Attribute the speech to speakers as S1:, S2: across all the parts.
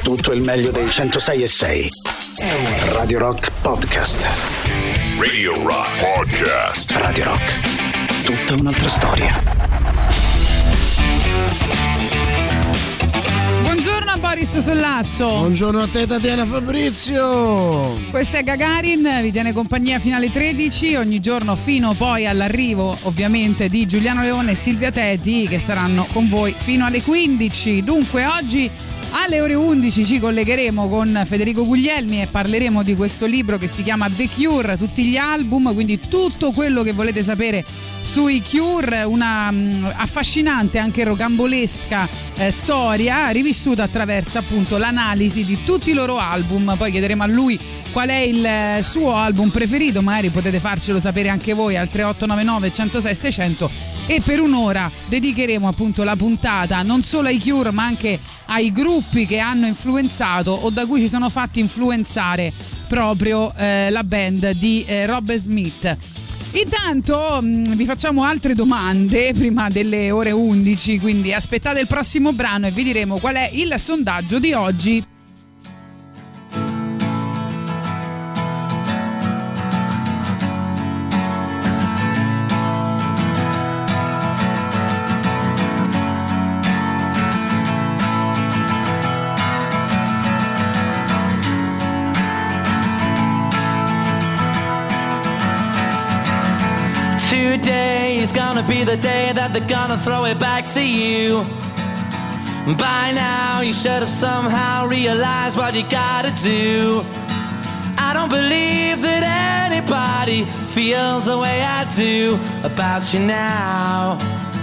S1: tutto il meglio dei 106.6. Radio Rock Podcast.
S2: Radio Rock Podcast.
S1: Radio Rock. Tutta un'altra storia.
S3: Buongiorno a Boris Sollazzo.
S4: Buongiorno a te Tatiana Fabrizio.
S3: Questa è Gagarin, vi tiene compagnia fino alle 13 ogni giorno fino poi all'arrivo ovviamente di Giuliano Leone e Silvia Teti, che saranno con voi fino alle 15. Dunque oggi alle ore 11 ci collegheremo con Federico Guglielmi e parleremo di questo libro che si chiama The Cure, tutti gli album, quindi tutto quello che volete sapere sui Cure, una affascinante, anche rocambolesca storia rivissuta attraverso appunto l'analisi di tutti i loro album. Poi chiederemo a lui qual è il suo album preferito, magari potete farcelo sapere anche voi al 3899 106 600, e per un'ora dedicheremo appunto la puntata non solo ai Cure ma anche ai gruppi che hanno influenzato o da cui si sono fatti influenzare proprio la band di Robert Smith. Intanto vi facciamo altre domande prima delle ore 11, quindi aspettate il prossimo brano e vi diremo qual è il sondaggio di oggi.
S5: Today is gonna be the day that they're gonna throw it back to you. By now you should have somehow realized what you gotta do. I don't believe that anybody feels the way I do about you now.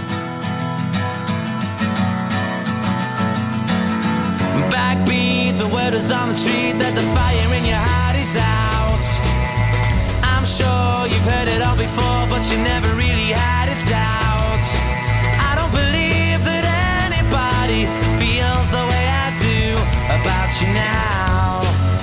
S5: Backbeat, the word is on the street that the fire in your heart is out. I'm sure you've heard it all before, but you never really had a doubt. I don't believe that anybody feels the way I do about you now.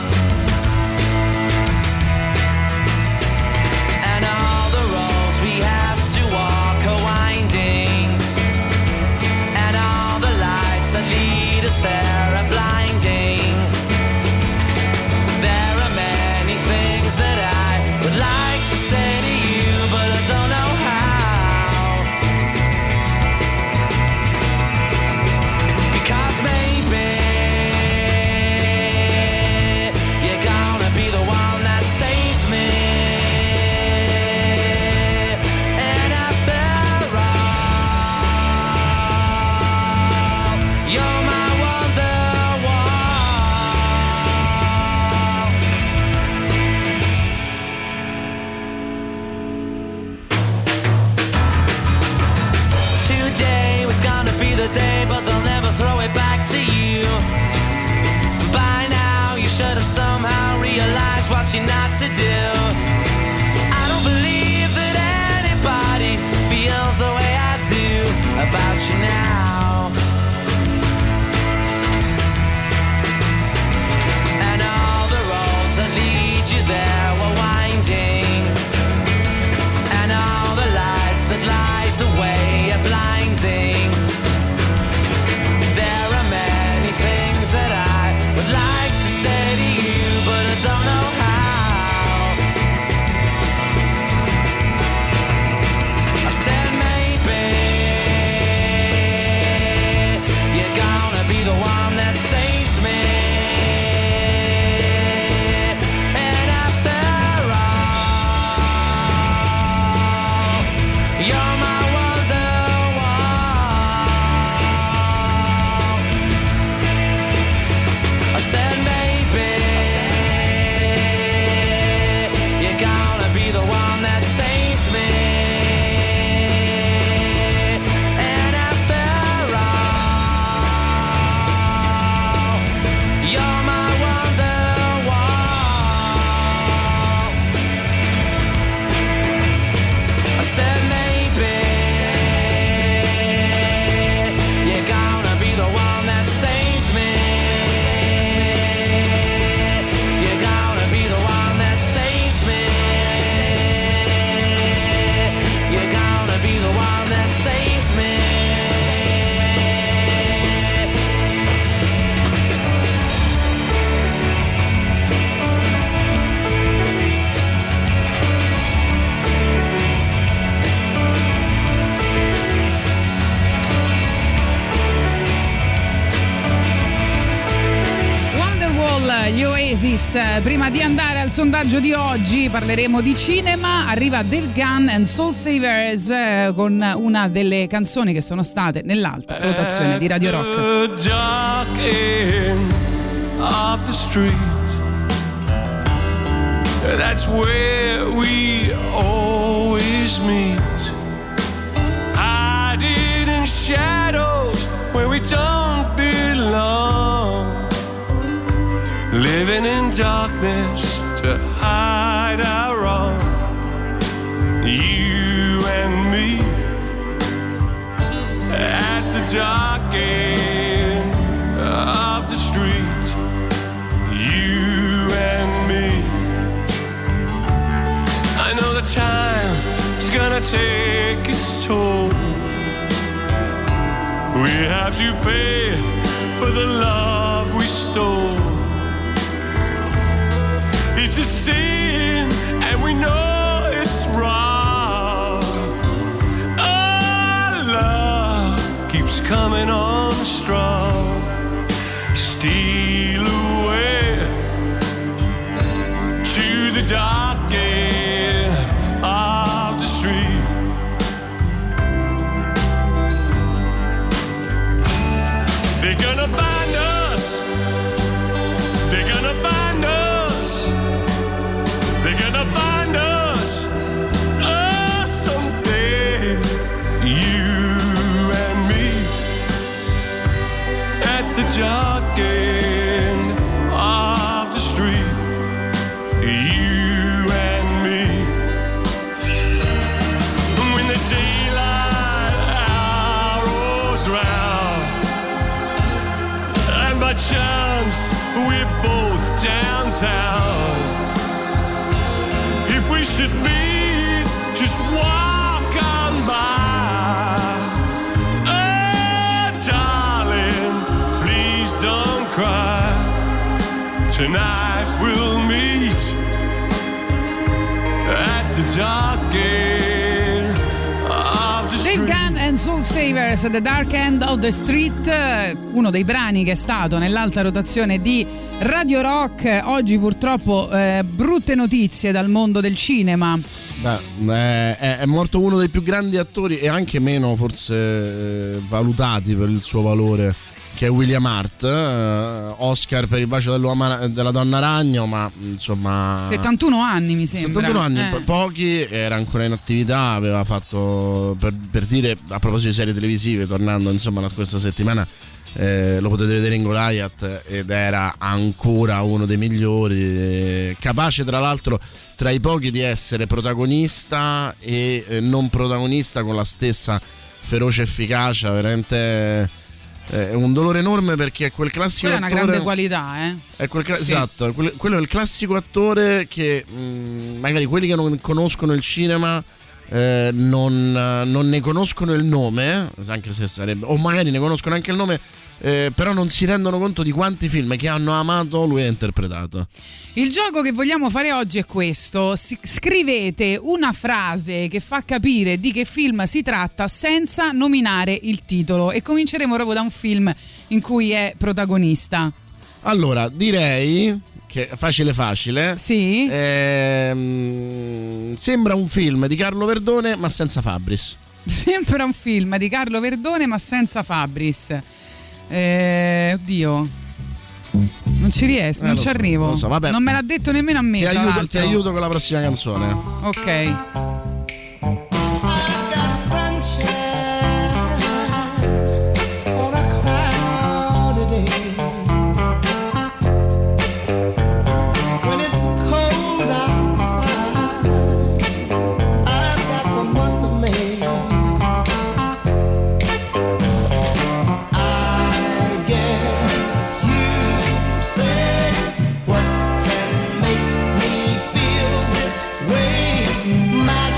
S5: And all the roads we have to walk are winding, and all the lights that lead us there are blinding. There are many things that I would like to say to you, but I don't know how. Because maybe you're gonna be the one that saves me. And after all, you're my Wonderwall. Today was gonna be the day, but they'll never throw it back to you. By now you should have somehow realized what you're not to do. I don't believe that anybody feels the way I do about you now. And all the roads that lead you there were winding, and all the lights that light the way are blinding. There are many things that I would like to say to you, but I don't know how.
S3: gli Oasis. Prima di andare al sondaggio di oggi parleremo di cinema. Arriva Dave Gunn and Soul Savers con una delle canzoni che sono state nell'alta rotazione di Radio Rock.
S6: The dark end of the street, that's where we always meet, hiding in shadows where we don't belong, living in darkness to hide our wrong. You and me at the dark end of the street, you and me. I know the time is gonna take its toll. We have to pay for the love we stole. It's a sin and we know it's wrong. Our love keeps coming on strong. Steal away to the dark end of the street. They're gonna find us. They're gonna find us. They're gonna find us. Oh, someday, you and me at the dark end of the street. You and me. When the daylight hour rolls round, and by chance we're both downtown, if we should meet, just walk on by. Oh, darling, please don't cry. Tonight we'll meet at the dark end of the street.
S3: Dave Gunn and Soul Savers, The Dark End of the Street, uno dei brani che è stato nell'alta rotazione di Radio Rock. Oggi purtroppo brutte notizie dal mondo del cinema.
S4: È morto uno dei più grandi attori e anche meno forse valutati per il suo valore, che è William Hart, Oscar per Il bacio della donna ragno, ma insomma
S3: 71 anni mi sembra.
S4: 71 anni, pochi, era ancora in attività, aveva fatto, per dire, a proposito di serie televisive, tornando insomma la scorsa settimana, lo potete vedere in Goliath ed era ancora uno dei migliori, capace tra l'altro tra i pochi di essere protagonista e non protagonista con la stessa feroce efficacia. Veramente è un dolore enorme, perché è quel classico
S3: quella
S4: attore,
S3: è una grande qualità,
S4: è quel
S3: sì.
S4: Esatto, quello è il classico attore che magari quelli che non conoscono il cinema non ne conoscono il nome, anche se sarebbe, o magari ne conoscono anche il nome, però non si rendono conto di quanti film che hanno amato lui ha interpretato.
S3: Il gioco che vogliamo fare oggi è questo: scrivete una frase che fa capire di che film si tratta senza nominare il titolo, e cominceremo proprio da un film in cui è protagonista.
S4: Allora, direi che facile.
S3: Sì.
S4: Sembra un film di Carlo Verdone ma senza Fabris.
S3: Sembra un film di Carlo Verdone ma senza Fabris. Oddio, non ci riesco, non ci arrivo.
S4: Lo so, vabbè.
S3: Non me l'ha detto nemmeno a me.
S4: Ti aiuto con la prossima canzone.
S3: Ok.
S7: What can make me feel this way? My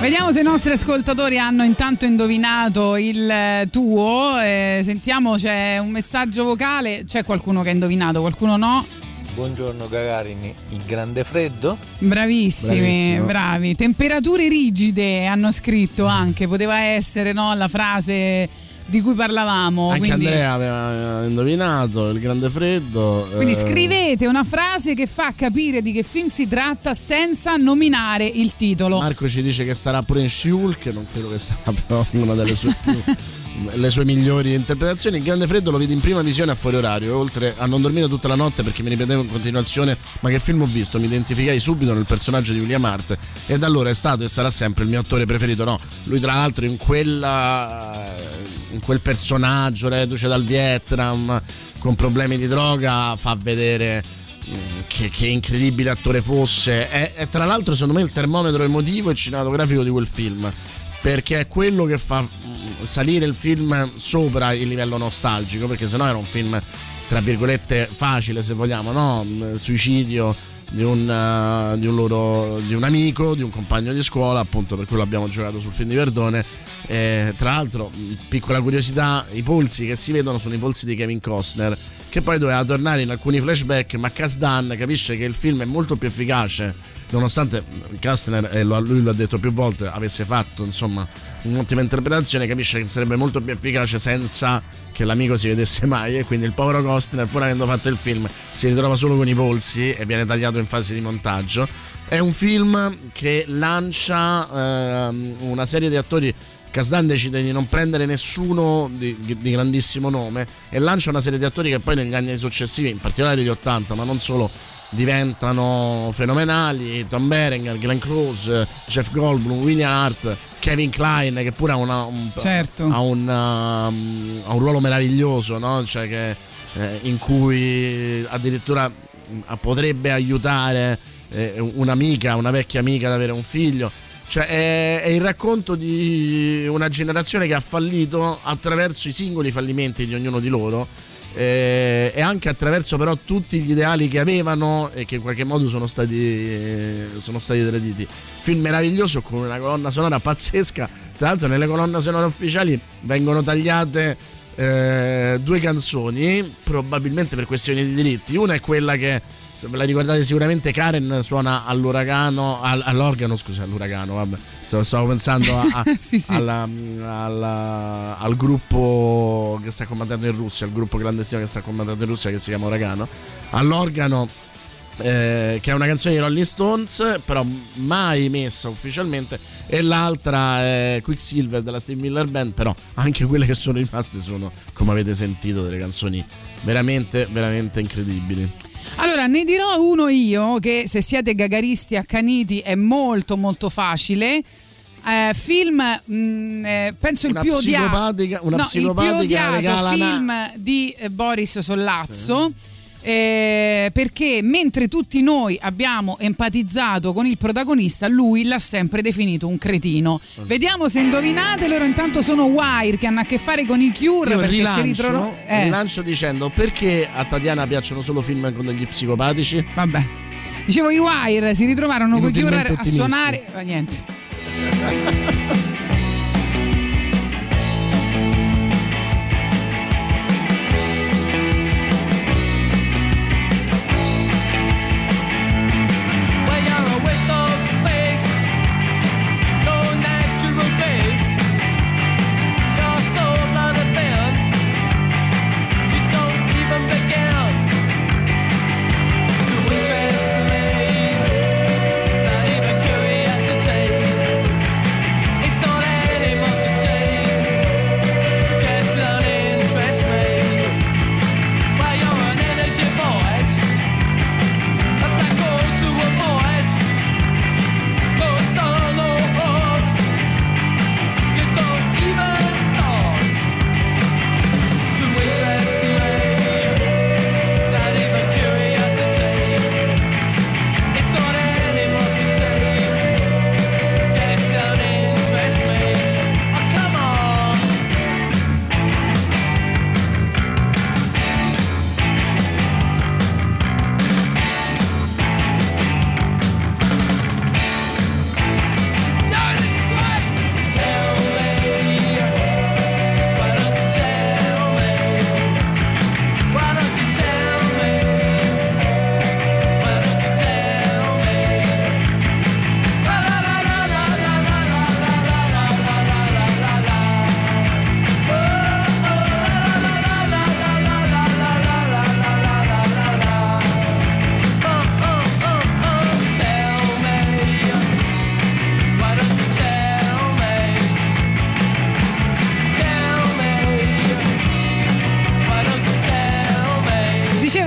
S3: Vediamo se i nostri ascoltatori hanno intanto indovinato il tuo. Sentiamo, c'è un messaggio vocale. C'è qualcuno che ha indovinato, qualcuno no?
S7: Buongiorno Gagarini, il grande freddo?
S3: Bravissimi,
S4: Bravissimo.
S3: bravi. Temperature rigide hanno scritto anche, poteva essere, no, la frase di cui parlavamo.
S4: Anche
S3: quindi,
S4: Andrea aveva indovinato il grande freddo.
S3: quindi scrivete una frase che fa capire di che film si tratta senza nominare il titolo.
S4: Marco ci dice che sarà pure in She-Hulk, non credo che sarà però una delle sue le sue migliori interpretazioni. Il grande freddo lo vedi in prima visione a fuori orario, oltre a non dormire tutta la notte perché mi ripetevo in continuazione ma che film ho visto, mi identificai subito nel personaggio di William Hart e da allora è stato e sarà sempre il mio attore preferito. No, lui tra l'altro in quel personaggio reduce dal Vietnam con problemi di droga fa vedere che incredibile attore fosse. È tra l'altro secondo me il termometro emotivo e cinematografico di quel film, perché è quello che fa salire il film sopra il livello nostalgico, perché sennò era un film tra virgolette facile, se vogliamo, no? Suicidio di un amico, di un compagno di scuola, appunto per quello abbiamo giocato sul film di Verdone. Tra l'altro, piccola curiosità, i polsi che si vedono sono i polsi di Kevin Costner, che poi doveva tornare in alcuni flashback, ma Kasdan capisce che il film è molto più efficace, nonostante Kastner, lui lo ha detto più volte, avesse fatto insomma un'ottima interpretazione, capisce che sarebbe molto più efficace senza che l'amico si vedesse mai, e quindi il povero Costner, pur avendo fatto il film, si ritrova solo con i polsi e viene tagliato in fase di montaggio. È un film che lancia una serie di attori. Kasdan decide di non prendere nessuno di grandissimo nome e lancia una serie di attori che poi negli anni successivi, in particolare gli 80, ma non solo, diventano fenomenali. Tom Berenger, Glenn Close, Jeff Goldblum, William Hart, Kevin Kline, che pure
S3: certo,
S4: ha un ruolo meraviglioso, no? Cioè che in cui addirittura potrebbe aiutare una vecchia amica ad avere un figlio. Cioè è il racconto di una generazione che ha fallito attraverso i singoli fallimenti di ognuno di loro, e anche attraverso però tutti gli ideali che avevano e che in qualche modo sono stati traditi. Film meraviglioso con una colonna sonora pazzesca. Tra l'altro nelle colonne sonore ufficiali vengono tagliate 2 canzoni, probabilmente per questioni di diritti. Una è quella che, se ve la ricordate sicuramente, Karen suona all'uragano, all'uragano, vabbè, stavo pensando
S3: sì.
S4: al gruppo che sta combattendo in Russia, al gruppo clandestino che sta combattendo in Russia, che si chiama Uragano, all'organo, che è una canzone di Rolling Stones però mai messa ufficialmente, e l'altra è Quicksilver della Steve Miller Band, però anche quelle che sono rimaste sono, come avete sentito, delle canzoni veramente veramente incredibili.
S3: Allora, ne dirò uno io che, se siete gagaristi accaniti, è molto molto facile. Film, penso il più odiato film di Boris Sollazzo. Sì. Perché mentre tutti noi abbiamo empatizzato con il protagonista, lui l'ha sempre definito un cretino. Vediamo se indovinate. Loro intanto sono Wire, che hanno a che fare con i Cure.
S4: Io
S3: perché
S4: rilancio dicendo: perché a Tatiana piacciono solo film con degli psicopatici?
S3: Vabbè, dicevo, i Wire si ritrovarono con i Cure a suonare, niente.
S5: Not even curiosity.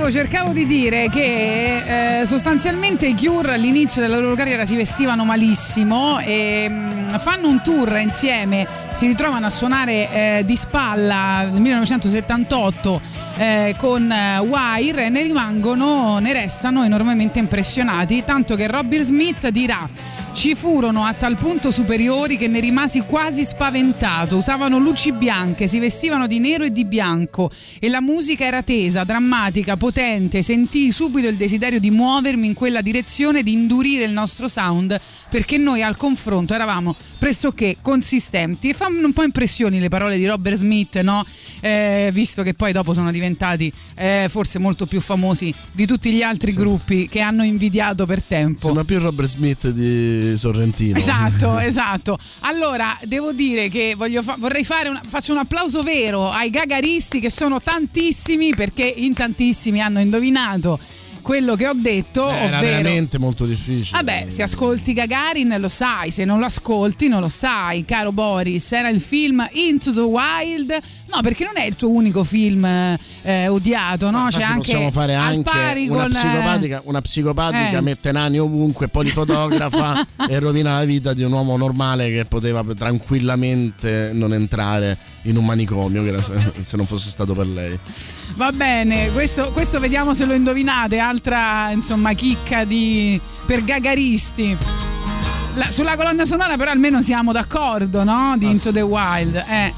S3: cercavo di dire che sostanzialmente i Cure all'inizio della loro carriera si vestivano malissimo e fanno un tour insieme, si ritrovano a suonare di spalla nel 1978 con Wire e ne restano enormemente impressionati, tanto che Robert Smith dirà: ci furono a tal punto superiori che ne rimasi quasi spaventato. Usavano luci bianche, si vestivano di nero e di bianco e la musica era tesa, drammatica, potente. Sentii subito il desiderio di muovermi in quella direzione, di indurire il nostro sound, perché noi al confronto eravamo pressoché consistenti. E fanno un po' impressioni le parole di Robert Smith, no? Visto che poi dopo sono diventati forse molto più famosi di tutti gli altri gruppi che hanno invidiato per tempo.
S4: Sembra più Robert Smith di Sorrentino.
S3: Esatto. Allora devo dire che vorrei faccio un applauso vero ai gagaristi, che sono tantissimi, perché in tantissimi hanno indovinato quello che ho detto,
S4: era
S3: ovvero
S4: veramente molto difficile.
S3: Vabbè, se ascolti Gagarin lo sai, se non lo ascolti non lo sai, caro Boris. Era il film Into the Wild. No, perché non è il tuo unico film odiato, no? C'è anche
S4: possiamo fare anche
S3: pari
S4: una psicopatica mette nani ovunque, poi li fotografa e rovina la vita di un uomo normale che poteva tranquillamente non entrare in un manicomio, che era se non fosse stato per lei.
S3: Va bene, questo vediamo se lo indovinate. Altra insomma chicca per gagaristi. Sulla colonna sonora però almeno siamo d'accordo, no? Di Into the Wild.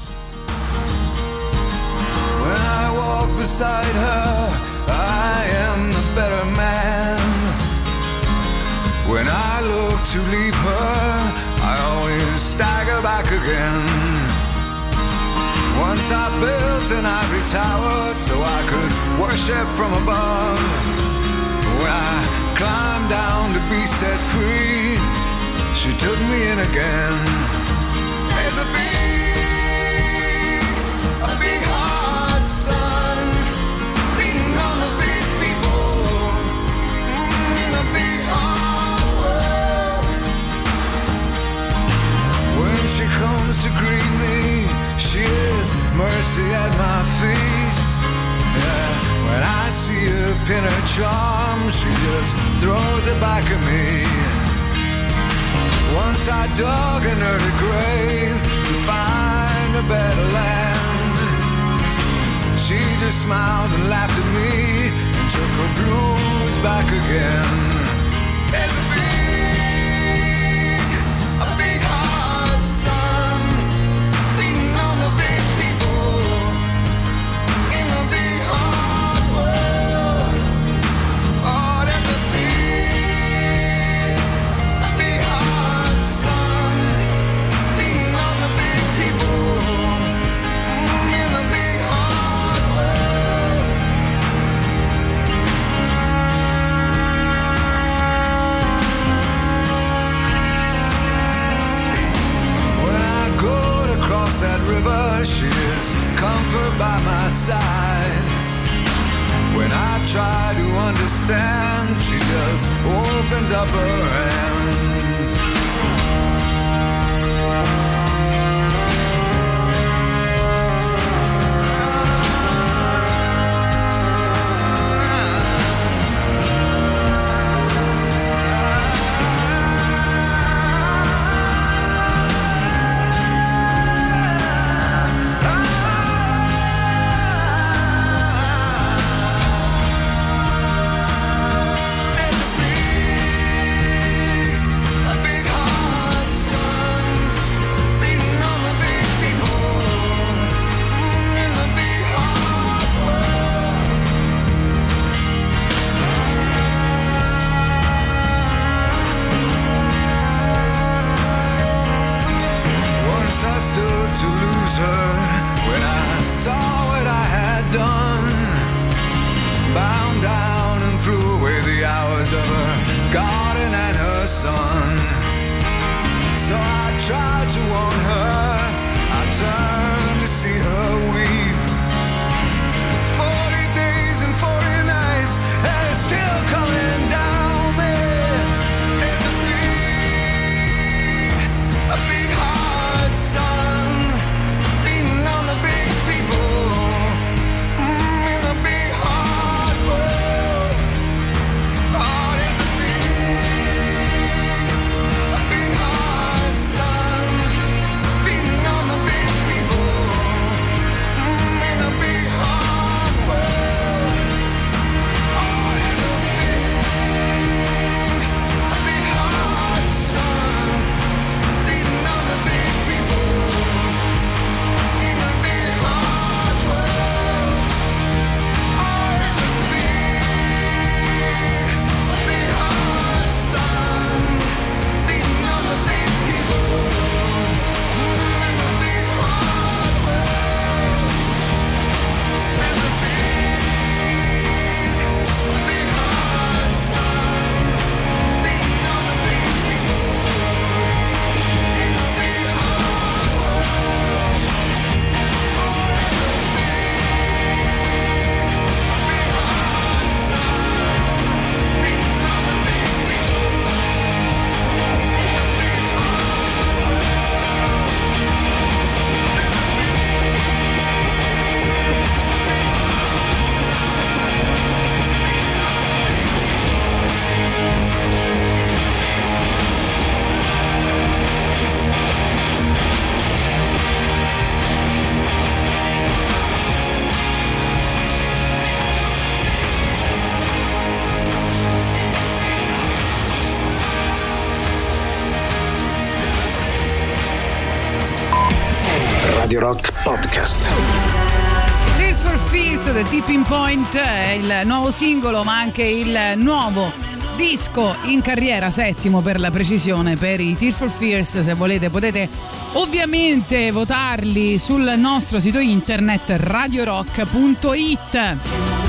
S6: When I walk beside her, I am the better man. When I look to leave her, I always stagger back again. Once I built an ivory tower so I could worship from above. When I climbed down to be set free, she took me in again. There's a big hard sun beating on the big people in the big hard world. When she comes to greet me, she is mercy at my feet. Yeah, when I see her pin her charm, she just throws it back at me. Once I dug an early grave to find a better land. She just smiled and laughed at me and took her blues back again. There's a big hard sun beating on the big people in the big hard world. Oh, there's a big hard sun beating on the big people in the big hard world. When I go to cross that river, she is comfort by my side. When I try to understand, she just opens up her hands. To lose her when I saw what I had done, bound down and flew away the hours of her garden and her son. So I tried to warn her, I turned to see her weep. 40 days and 40 nights, and it's still coming down me. There's a big hard sun beating on the big people in the big hard world.
S1: Radio Rock Podcast.
S3: Tears for Fears, The Tipping Point è il nuovo singolo, ma anche il nuovo disco in carriera, 7° per la precisione, per i Tears for Fears. Se volete potete ovviamente votarli sul nostro sito internet radiorock.it.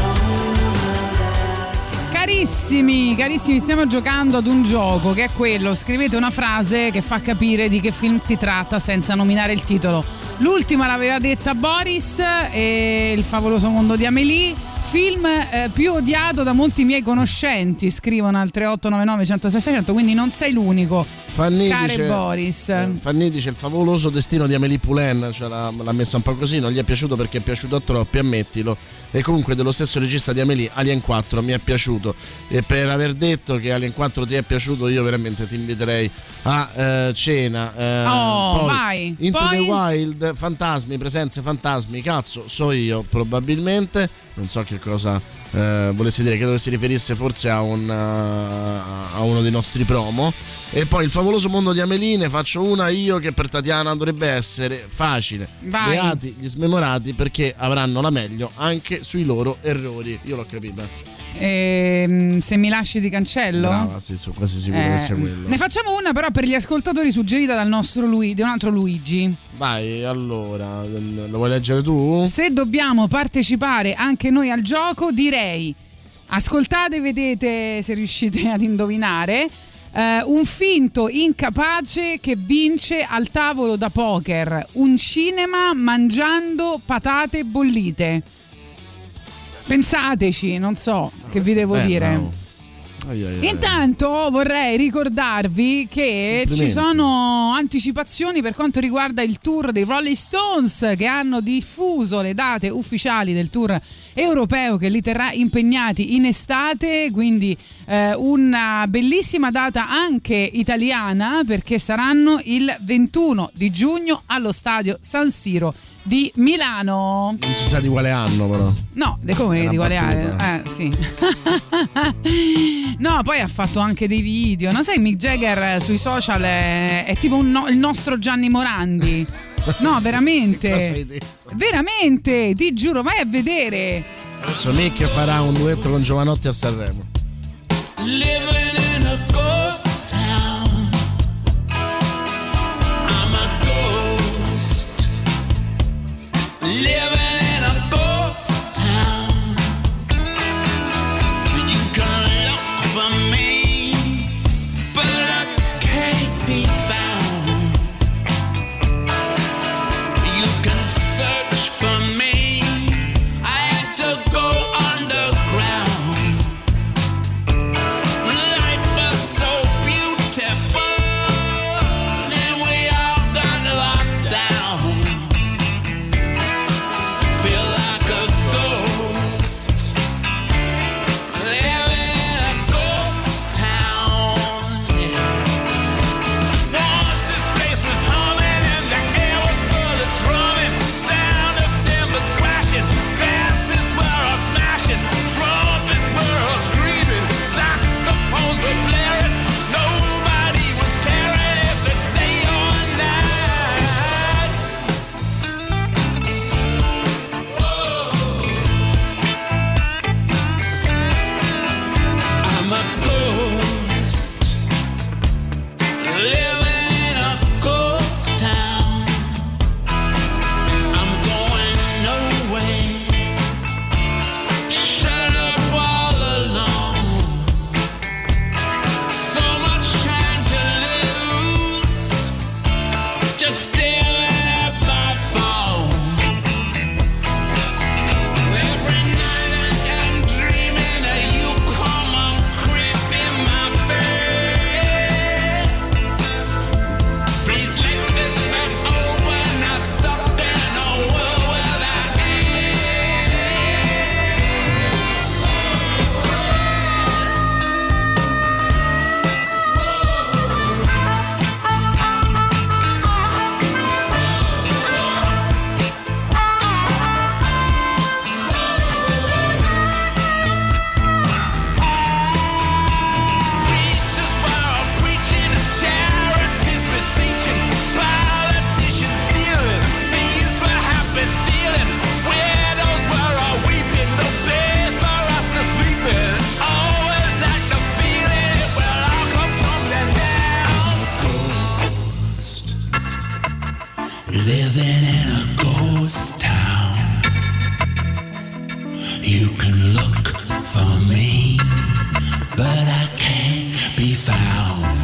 S3: Carissimi, stiamo giocando ad un gioco che è quello: scrivete una frase che fa capire di che film si tratta senza nominare il titolo. L'ultima l'aveva detta Boris, e Il favoloso mondo di Amélie, film più odiato da molti miei conoscenti, scrivono al 3899 106 600, quindi non sei l'unico.
S4: Fanny
S3: care
S4: dice,
S3: Boris.
S4: Fanny dice Il favoloso destino di Amélie Poulain, cioè l'ha messa un po' così, non gli è piaciuto perché è piaciuto a troppi, ammettilo. E comunque dello stesso regista di Amélie, Alien 4 mi è piaciuto, e per aver detto che Alien 4 ti è piaciuto io veramente ti inviterei a cena.
S3: Poi, vai.
S4: Into
S3: Poi?
S4: the Wild, fantasmi, presenze, fantasmi, cazzo, so io probabilmente, non so che cosa volessi dire, credo che si riferisse forse a uno dei nostri promo. E poi Il favoloso mondo di Amélie, ne faccio una io che per Tatiana dovrebbe essere facile.
S3: Vai.
S4: Beati gli smemorati, perché avranno la meglio anche sui loro errori. Io l'ho capita.
S3: Se mi lasci ti cancello?
S4: Brava, sì, sono quasi sicuro che sia quello.
S3: Ne facciamo una però per gli ascoltatori, suggerita dal nostro di un altro Luigi.
S4: Vai, allora, lo vuoi leggere tu?
S3: Se dobbiamo partecipare anche noi al gioco, direi: ascoltate, vedete se riuscite ad indovinare. Un finto incapace che vince al tavolo da poker, un cinema mangiando patate bollite. Pensateci, non so che vi devo dire.
S4: No.
S3: Intanto vorrei ricordarvi che ci sono anticipazioni per quanto riguarda il tour dei Rolling Stones, che hanno diffuso le date ufficiali del tour europeo che li terrà impegnati in estate, quindi una bellissima data anche italiana, perché saranno il 21 di giugno allo stadio San Siro di Milano.
S4: Non si sa di quale anno, però.
S3: No, come di quale anno? Sì. No, poi ha fatto anche dei video. Non sai, Mick Jagger sui social è tipo il nostro Gianni Morandi. No, veramente.
S4: Cosa hai detto?
S3: Veramente, ti giuro, vai a vedere.
S4: Adesso Mick farà un duetto con Giovanotti a Sanremo.
S5: Living in a ghost town. I'm a ghost. Living in a ghost town. You can look for me, but I can't be found. You can search for me. I had to go underground.
S8: living in a ghost town. You can look for me, but I can't be found.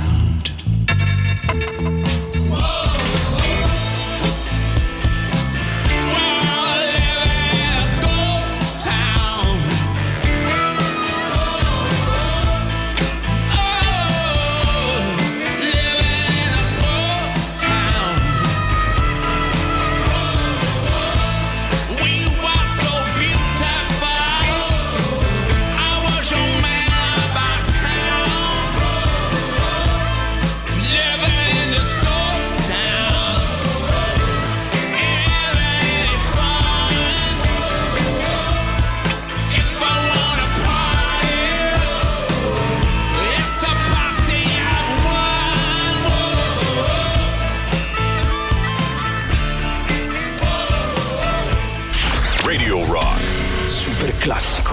S2: Radio Rock.
S1: Super classico.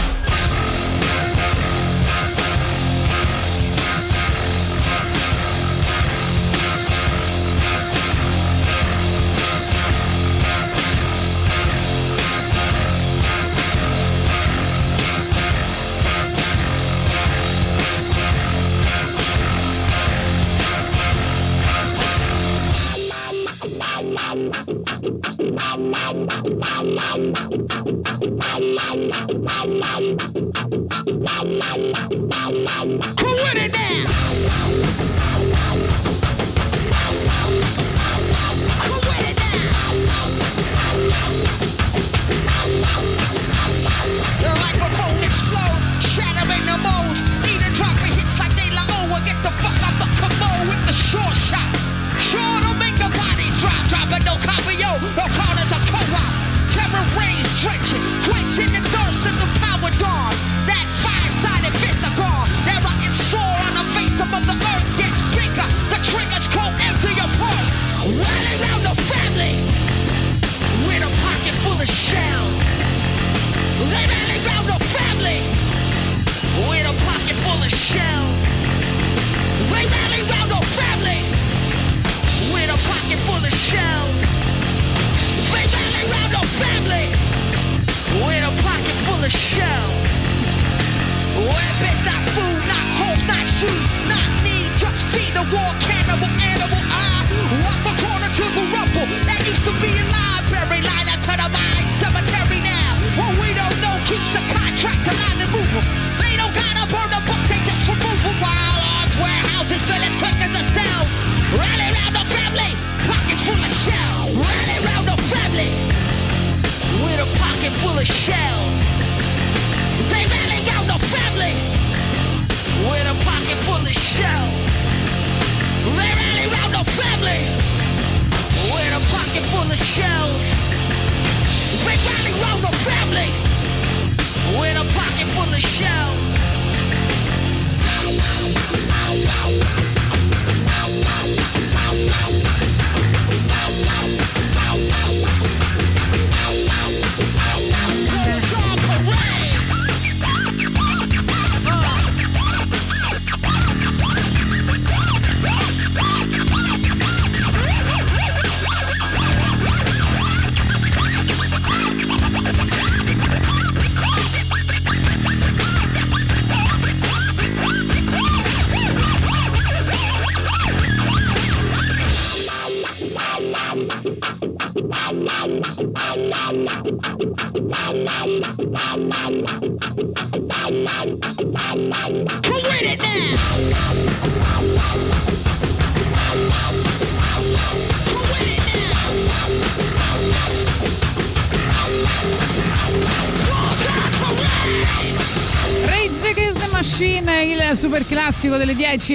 S3: Il super classico delle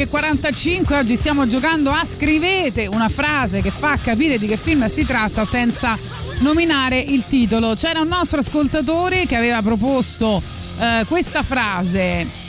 S3: 10:45. Oggi stiamo giocando a scrivete una frase che fa capire di che film si tratta senza nominare il titolo. C'era un nostro ascoltatore che aveva proposto questa frase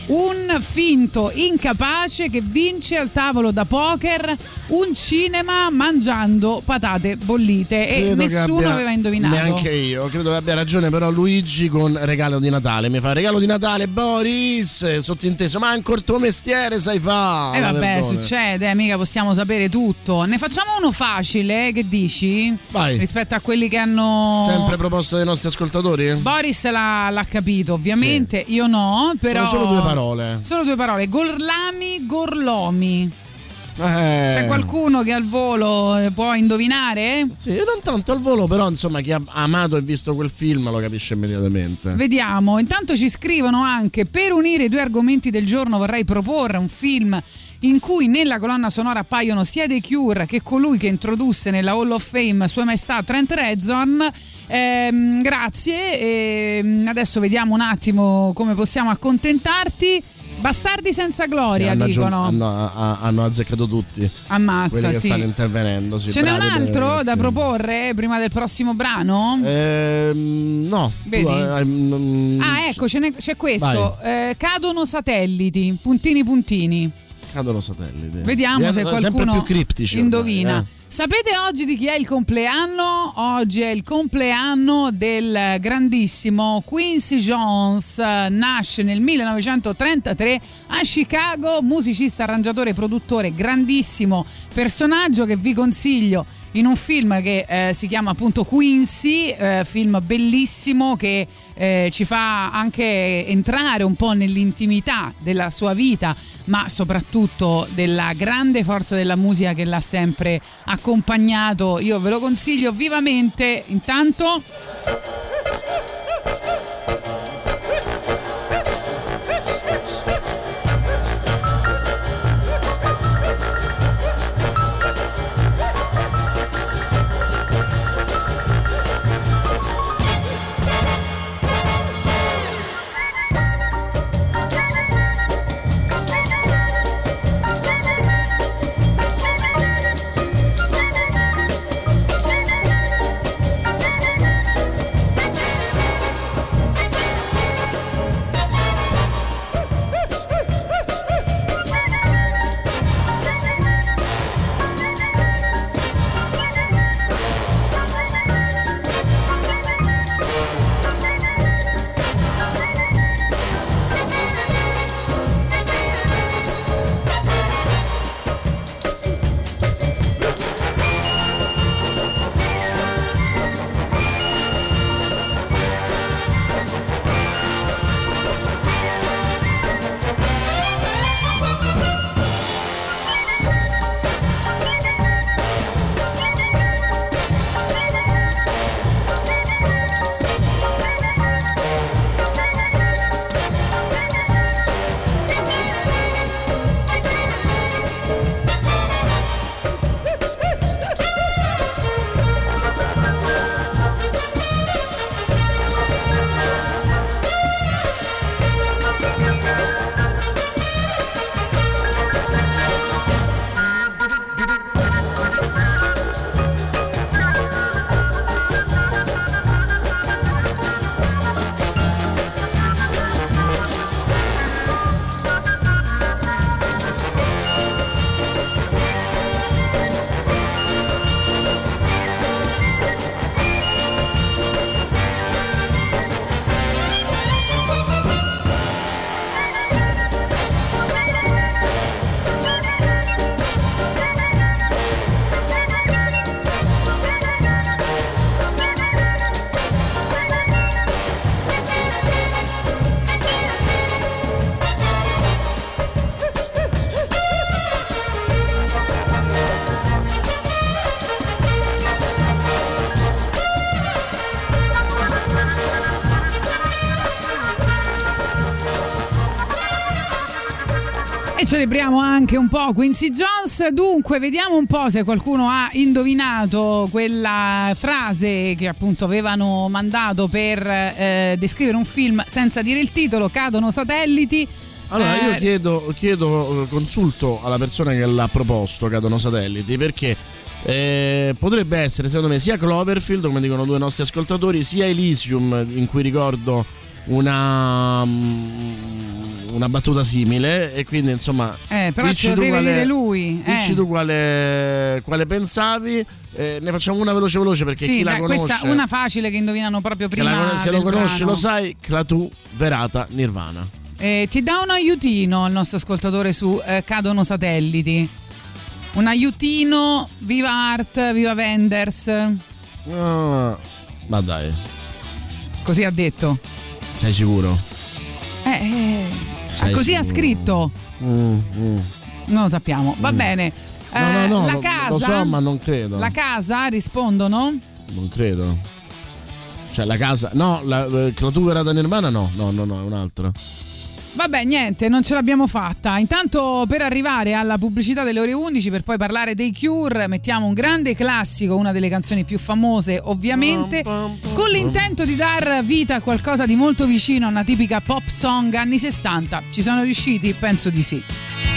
S3: un finto incapace che vince al tavolo da poker un cinema mangiando patate bollite e
S4: Credo
S3: nessuno aveva indovinato.
S4: Neanche io, credo che abbia ragione però Luigi con regalo di Natale. Mi fa regalo di Natale Boris, sottinteso, ma ancora il tuo mestiere sai fa.
S3: E vabbè,
S4: Perdone.
S3: succede, mica possiamo sapere tutto. Ne facciamo uno facile, che dici?
S4: Vai.
S3: Rispetto a quelli che hanno
S4: Sempre proposto dai nostri ascoltatori?
S3: Boris l'ha capito, ovviamente, io no, però
S4: Sono solo due parole.
S3: Solo due parole, Gorlami, Gorlomi. C'è qualcuno che al volo può indovinare?
S4: Sì, non tanto al volo, però insomma chi ha amato e visto quel film lo capisce immediatamente.
S3: Vediamo, intanto ci scrivono anche: per unire i due argomenti del giorno vorrei proporre un film in cui nella colonna sonora appaiono sia The Cure che colui che introdusse nella Hall of Fame Sua Maestà Trent Reznor. Grazie, adesso vediamo un attimo come possiamo accontentarti. Bastardi senza gloria,
S4: sì,
S3: dicono.
S4: Hanno azzeccato tutti.
S3: Ammazza,
S4: quelli che
S3: sì.
S4: stanno intervenendo. Sì,
S3: Ce n'è un
S4: bravi,
S3: altro
S4: ragazzi.
S3: da proporre prima del prossimo brano?
S4: No.
S3: Vedi? Ecco, c'è questo. Cadono satelliti, puntini.
S4: Cadono satelliti.
S3: Vediamo se qualcuno
S4: sempre più criptici
S3: indovina.
S4: ormai,
S3: Sapete oggi di chi è il compleanno? Oggi è il compleanno del grandissimo Quincy Jones. Nasce nel 1933 a Chicago, musicista, arrangiatore, produttore, grandissimo personaggio che vi consiglio in un film che si chiama appunto Quincy, film bellissimo che ci fa anche entrare un po' nell'intimità della sua vita, ma soprattutto della grande forza della musica che l'ha sempre accompagnato. Io ve lo consiglio vivamente. Intanto celebriamo anche un po' Quincy Jones. Dunque vediamo un po' se qualcuno ha indovinato quella frase che appunto avevano mandato per descrivere un film senza dire il titolo. Cadono satelliti.
S4: Allora io chiedo consulto alla persona che l'ha proposto Cadono satelliti, perché potrebbe essere secondo me sia Cloverfield, come dicono due nostri ascoltatori, sia Elysium, in cui ricordo una una battuta simile, e quindi insomma
S3: però ce lo deve dire lui.
S4: Dici tu quale pensavi. Ne facciamo una veloce perché
S3: sì,
S4: chi la conosce,
S3: questa una facile che indovinano proprio prima.
S4: Se lo conosci
S3: brano.
S4: lo sai, Clatù, Verata, Nirvana.
S3: Ti dà un aiutino il nostro ascoltatore su Cadono satelliti. Un aiutino, viva Art, viva Wenders.
S4: Ma dai,
S3: così ha detto.
S4: sei sicuro?
S3: Così
S4: sicuro?
S3: Ha scritto. Non lo sappiamo. Va bene.
S4: No,
S3: la casa,
S4: lo so, ma non credo.
S3: La casa, rispondono?
S4: Non credo. Cioè la casa, no, Clatù, Verata, Nirvana no, è un altro.
S3: Vabbè, niente, non ce l'abbiamo fatta. Intanto, per arrivare alla pubblicità delle ore 11, per poi parlare dei Cure, mettiamo un grande classico, una delle canzoni più famose ovviamente, con l'intento di dar vita a qualcosa di molto vicino a una tipica pop song anni 60. Ci sono riusciti? Penso di sì.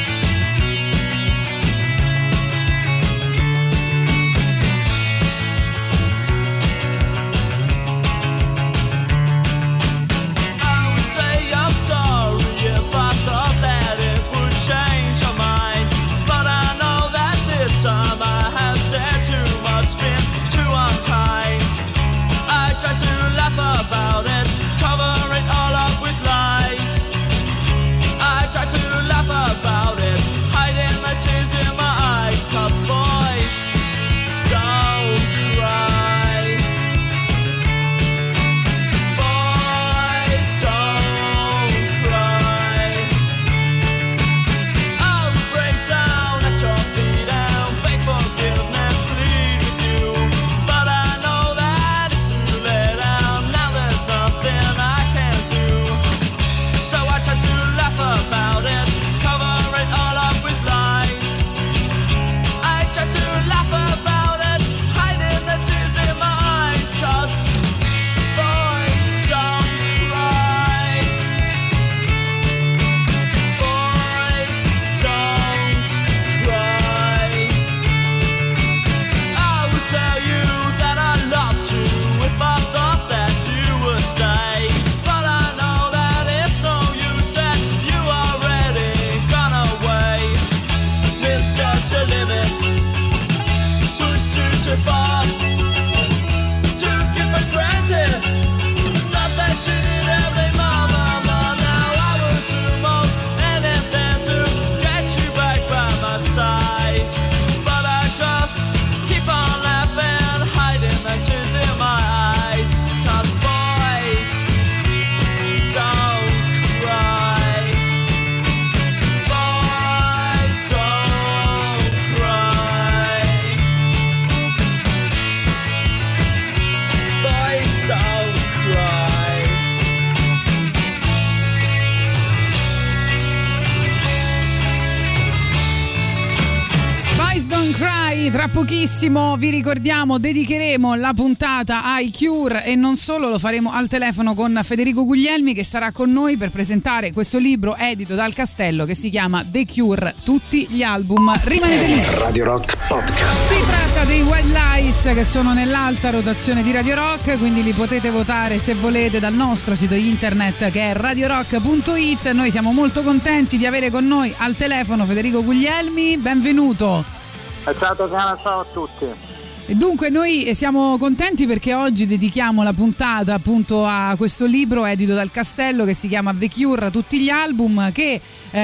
S3: Tra pochissimo vi ricordiamo, dedicheremo la puntata ai Cure e non solo, lo faremo al telefono con Federico Guglielmi, che sarà con noi per presentare questo libro edito dal Castello che si chiama The Cure, tutti gli album. Rimanete lì.
S1: Radio Rock Podcast.
S3: Si tratta dei White Lies, che sono nell'alta rotazione di Radio Rock, quindi li potete votare se volete dal nostro sito internet che è radiorock.it. Noi siamo molto contenti di avere con noi al telefono Federico Guglielmi, benvenuto.
S9: Ciao Tatiana, ciao a tutti.
S3: E dunque noi siamo contenti perché oggi dedichiamo la puntata appunto a questo libro edito dal Castello che si chiama The Cure, tutti gli album, che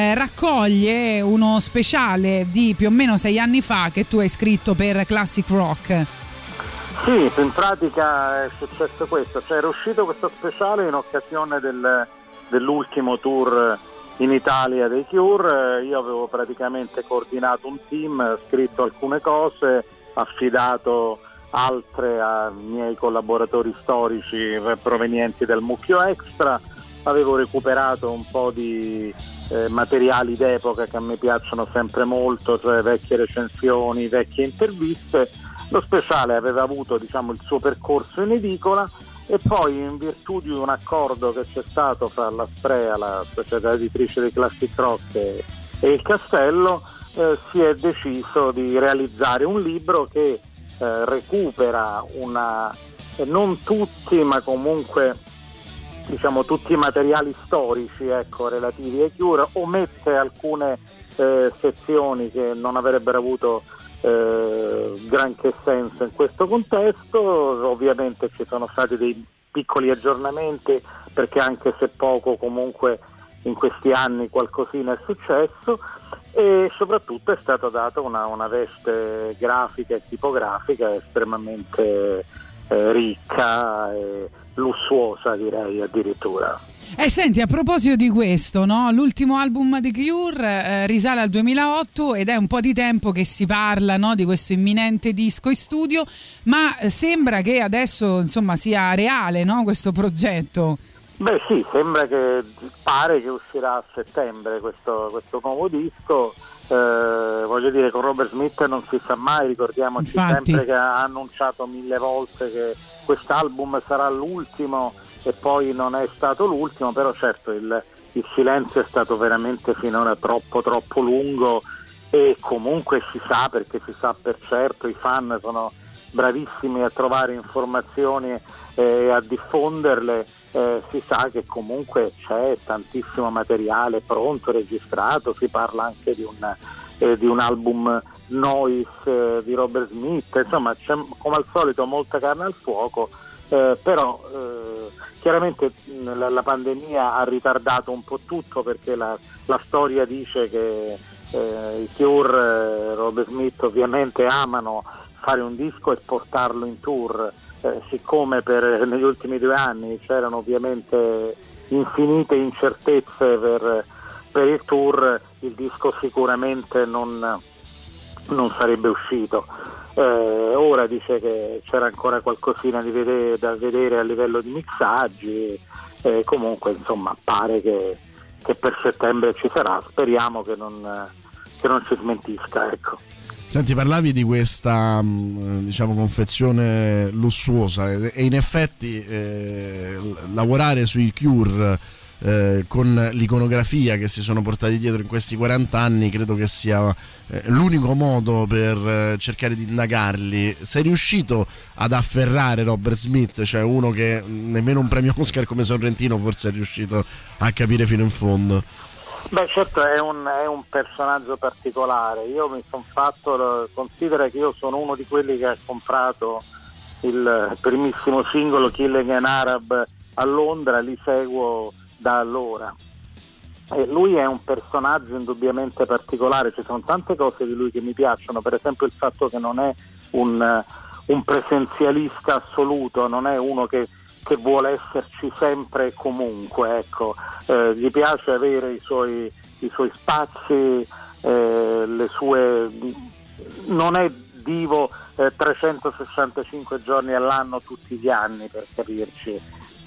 S3: raccoglie uno speciale di più o meno 6 anni fa che tu hai scritto per Classic Rock.
S9: Sì, in pratica è successo questo, cioè era uscito questo speciale in occasione dell'ultimo tour in Italia dei Cure. Io avevo praticamente coordinato un team, scritto alcune cose, affidato altre a miei collaboratori storici provenienti dal Mucchio Extra, avevo recuperato un po' di materiali d'epoca che a me piacciono sempre molto, cioè vecchie recensioni, vecchie interviste. Lo speciale aveva avuto, diciamo, il suo percorso in edicola e poi, in virtù di un accordo che c'è stato fra la Sprea, la società editrice di Classic Rock, e il Castello, si è deciso di realizzare un libro che recupera non tutti, ma comunque diciamo tutti i materiali storici, ecco, relativi ai Cure, omette alcune sezioni che non avrebbero avuto granché senso in questo contesto. Ovviamente ci sono stati dei piccoli aggiornamenti, perché anche se poco comunque in questi anni qualcosina è successo, e soprattutto è stata data una veste grafica e tipografica estremamente ricca e lussuosa, direi addirittura.
S3: Senti, a proposito di questo, no? L'ultimo album di Cure risale al 2008 ed è un po' di tempo che si parla, no, di questo imminente disco in studio, ma sembra che adesso insomma sia reale, no, questo progetto.
S9: Beh sì, pare che uscirà a settembre questo nuovo disco. Voglio dire, con Robert Smith non si sa mai, ricordiamoci sempre che ha annunciato 1000 volte che quest'album sarà l'ultimo e poi non è stato l'ultimo, però certo il silenzio è stato veramente finora troppo lungo, e comunque si sa, perché si sa per certo, i fan sono bravissimi a trovare informazioni e a diffonderle, si sa che comunque c'è tantissimo materiale pronto, registrato, si parla anche di un album noise di Robert Smith, insomma c'è come al solito molta carne al fuoco, però chiaramente la pandemia ha ritardato un po' tutto, perché la storia dice che i Cure, Robert Smith ovviamente amano fare un disco e portarlo in tour, siccome negli ultimi 2 anni c'erano ovviamente infinite incertezze per il tour, il disco sicuramente non sarebbe uscito. Ora dice che c'era ancora qualcosina da vedere a livello di mixaggi, comunque insomma pare che per settembre ci sarà, speriamo che non ci smentisca, ecco.
S4: Senti, parlavi di questa diciamo confezione lussuosa, e in effetti lavorare sui Cure con l'iconografia che si sono portati dietro in questi 40 anni credo che sia l'unico modo per cercare di indagarli. Sei riuscito ad afferrare Robert Smith, cioè uno che nemmeno un premio Oscar come Sorrentino forse è riuscito a capire fino in fondo?
S9: Beh, certo, è un personaggio particolare. Io mi sono considera che io sono uno di quelli che ha comprato il primissimo singolo Killing an Arab a Londra, li seguo da allora. E lui è un personaggio indubbiamente particolare, ci sono tante cose di lui che mi piacciono, per esempio il fatto che non è un presenzialista assoluto, non è uno che vuole esserci sempre e comunque, ecco. Gli piace avere i suoi spazi, le sue, non è divo 365 giorni all'anno tutti gli anni, per capirci,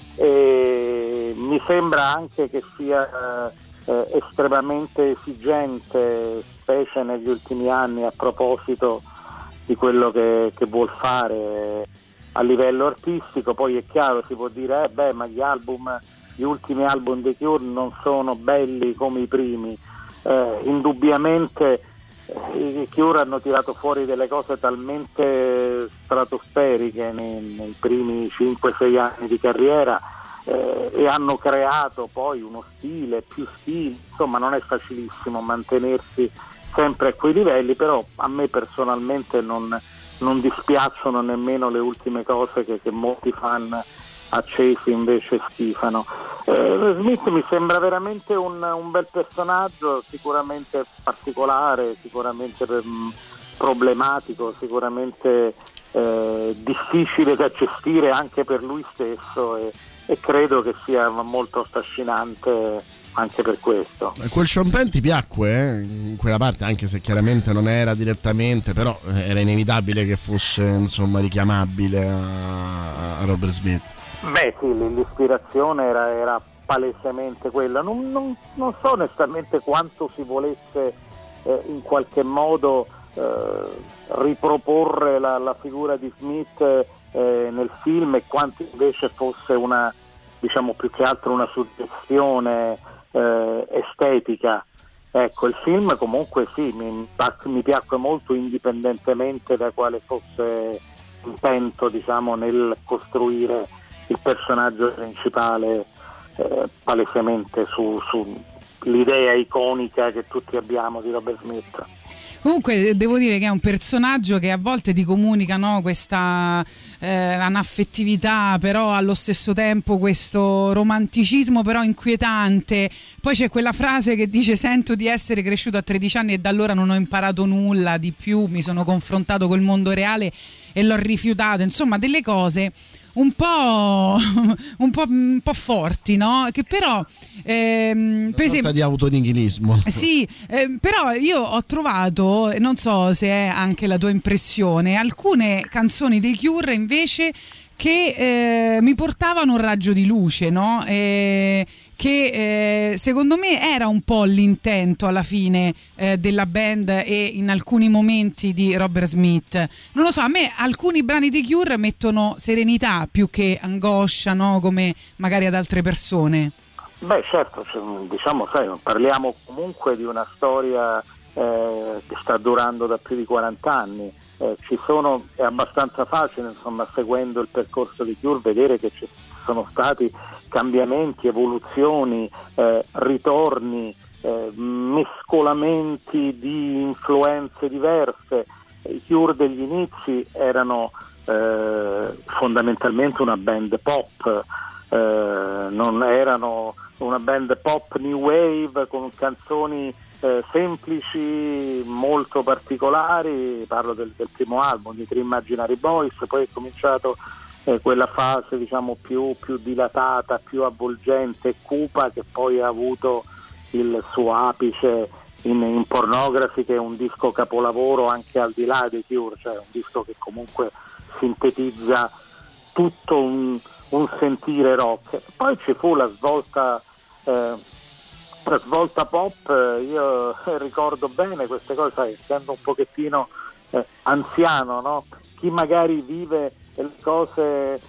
S9: e mi sembra anche che sia estremamente esigente, specie negli ultimi anni, a proposito di quello che vuol fare a livello artistico. Poi è chiaro, si può dire ma gli ultimi album dei Cure non sono belli come i primi. Indubbiamente i Cure hanno tirato fuori delle cose talmente stratosferiche nei primi 5-6 anni di carriera, e hanno creato poi uno stile, più stili, insomma non è facilissimo mantenersi sempre a quei livelli, però a me personalmente non dispiacciono nemmeno le ultime cose che molti fan accesi invece schifano. Smith mi sembra veramente un bel personaggio, sicuramente particolare, sicuramente problematico, sicuramente difficile da gestire anche per lui stesso, e credo che sia molto affascinante anche per questo.
S4: Quel Champagne ti piacque in quella parte, anche se chiaramente non era direttamente, però era inevitabile che fosse insomma richiamabile a Robert Smith.
S9: Beh sì, l'ispirazione era palesemente quella. Non so onestamente quanto si volesse in qualche modo riproporre la figura di Smith nel film, e quanto invece fosse una, diciamo, più che altro una suggestione estetica. Ecco, il film comunque sì, mi piacque molto, indipendentemente da quale fosse l'intento, diciamo, nel costruire il personaggio principale palesemente su l'idea iconica che tutti abbiamo di Robert Smith.
S3: Comunque devo dire che è un personaggio che a volte ti comunica, no, questa anaffettività, però allo stesso tempo questo romanticismo però inquietante. Poi c'è quella frase che dice: sento di essere cresciuto a 13 anni e da allora non ho imparato nulla di più, mi sono confrontato col mondo reale e l'ho rifiutato. Insomma, delle cose un po' forti, no? Che però per esempio
S4: di autonichilismo.
S3: Sì, però io ho trovato, non so se è anche la tua impressione, alcune canzoni dei Cure invece che mi portavano un raggio di luce, no? Che secondo me era un po' l'intento alla fine della band e in alcuni momenti di Robert Smith. Non lo so, a me alcuni brani di Cure mettono serenità più che angoscia, no? Come magari ad altre persone.
S9: Beh, certo, diciamo, sai, parliamo comunque di una storia che sta durando da più di 40 anni. È abbastanza facile, insomma, seguendo il percorso di Cure, vedere che ci sono stati cambiamenti, evoluzioni, ritorni, mescolamenti di influenze diverse. I Cure degli inizi erano fondamentalmente una band pop, non erano una band pop new wave con canzoni semplici, molto particolari. Parlo del primo album di Three Imaginary Boys, poi è cominciato quella fase, diciamo, più dilatata, più avvolgente e cupa, che poi ha avuto il suo apice in Pornography, che è un disco capolavoro anche al di là dei Cure, cioè un disco che comunque sintetizza tutto un sentire rock. Poi ci fu la svolta pop. Io ricordo bene queste cose, sai, essendo un pochettino anziano, no? Chi magari vive le cose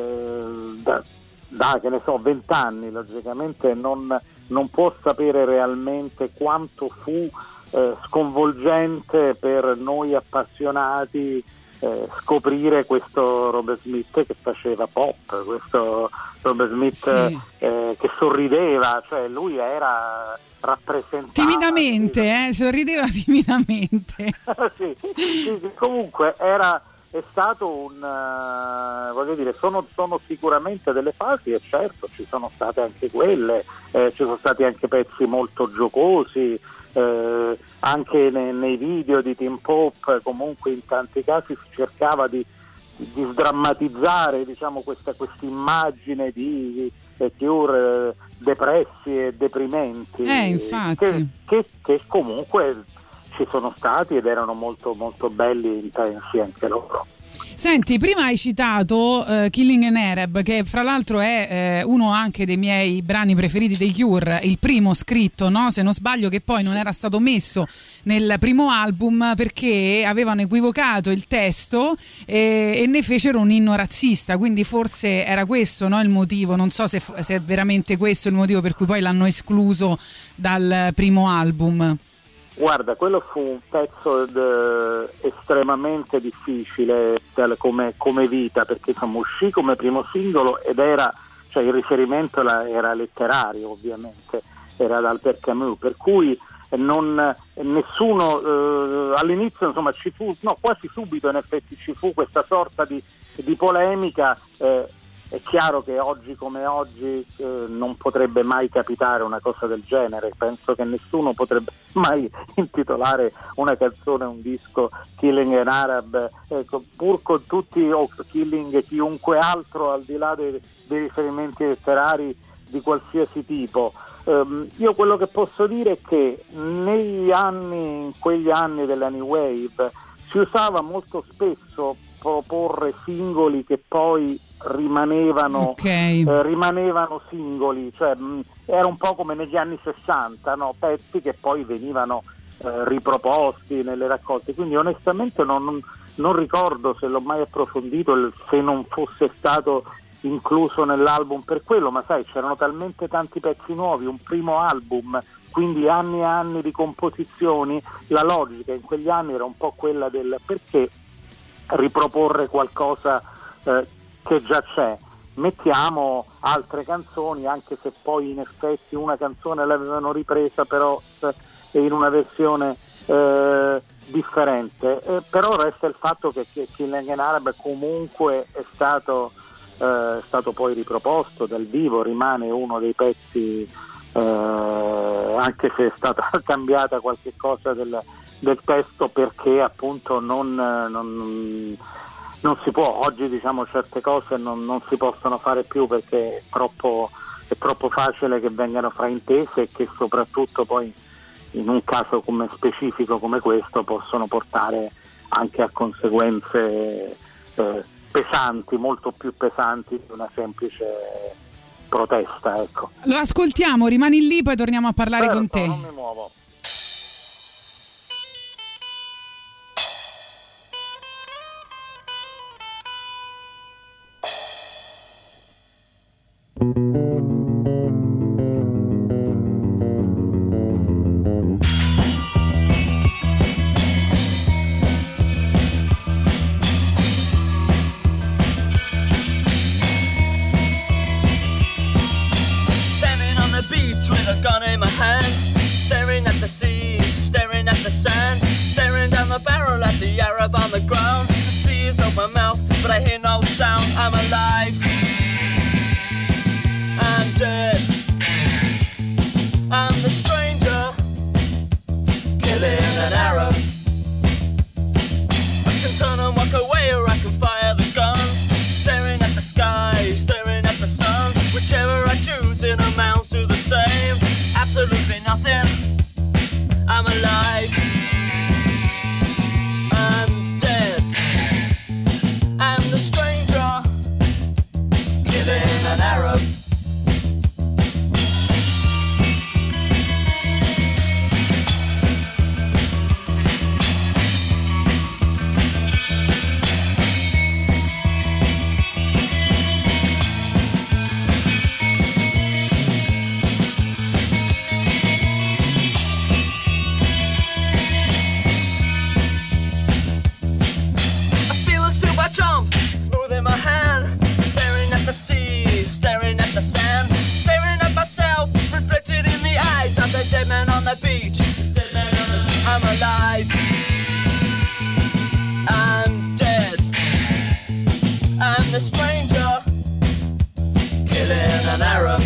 S9: da che ne so 20 anni, logicamente non può sapere realmente quanto fu sconvolgente per noi appassionati scoprire questo Robert Smith che faceva pop, questo Robert Smith
S3: sì.
S9: Che sorrideva, cioè lui era rappresentato
S3: timidamente, sorrideva timidamente.
S9: sì, comunque è stato voglio dire, sono sicuramente delle fasi, e certo ci sono state anche quelle, ci sono stati anche pezzi molto giocosi, anche nei video di Teen Pop. Comunque in tanti casi si cercava di sdrammatizzare, diciamo, questa immagine di Cure depressi e deprimenti,
S3: infatti.
S9: che comunque ci sono stati ed erano molto molto belli e intensi anche loro.
S3: Senti, prima hai citato Killing an Arab, che fra l'altro è uno anche dei miei brani preferiti dei Cure, il primo scritto, no? Se non sbaglio, che poi non era stato messo nel primo album perché avevano equivocato il testo e ne fecero un inno razzista, quindi forse era questo, no, il motivo. Non so se è veramente questo il motivo per cui poi l'hanno escluso dal primo album.
S9: Guarda, quello fu un pezzo estremamente difficile come vita, perché insomma uscì come primo singolo ed cioè il riferimento era letterario, ovviamente, era da Albert Camus, per cui nessuno all'inizio, insomma, ci fu, no, quasi subito in effetti ci fu questa sorta di polemica. È chiaro che oggi come oggi non potrebbe mai capitare una cosa del genere. Penso che nessuno potrebbe mai intitolare una canzone, un disco Killing an Arab, pur con tutti, o Killing chiunque altro, al di là dei riferimenti letterari di qualsiasi tipo. Io quello che posso dire è che in quegli anni della New Wave si usava molto spesso proporre singoli che poi rimanevano singoli, cioè era un po' come negli anni 60, no? Pezzi che poi venivano riproposti nelle raccolte, quindi onestamente non ricordo se l'ho mai approfondito, se non fosse stato incluso nell'album per quello, ma sai, c'erano talmente tanti pezzi nuovi, un primo album, quindi anni e anni di composizioni. La logica in quegli anni era un po' quella del perché riproporre qualcosa che già c'è. mettiamo altre canzoni, anche se poi in effetti una canzone l'avevano ripresa però in una versione differente, però resta il fatto che Killing an Arab comunque è stato poi riproposto dal vivo, rimane uno dei pezzi, anche se è stata cambiata qualche cosa del testo, perché appunto non si può, oggi diciamo certe cose non si possono fare più, perché è troppo facile che vengano fraintese e che soprattutto poi in un caso come specifico come questo possono portare anche a conseguenze pesanti, molto più pesanti di una semplice protesta, ecco.
S3: Lo ascoltiamo, rimani lì, poi torniamo a parlare
S9: Certo,
S3: con te.
S9: Non mi muovo.
S10: On the ground, the sea is on my mouth, but I hear no sound. I'm alive, I'm dead, I'm the stranger, killing an Arab. I can turn and walk away, or I can fire the gun, staring at the sky, staring at the sun. Whichever I choose, it amounts to the same. Absolutely nothing, I'm alive, an Arab. I feel a super jump, smooth in my hand, staring at the sea, staring at the sand, staring at myself, reflected in the eyes of the dead man on the beach. I'm alive, I'm dead, I'm the stranger, killing an Arab.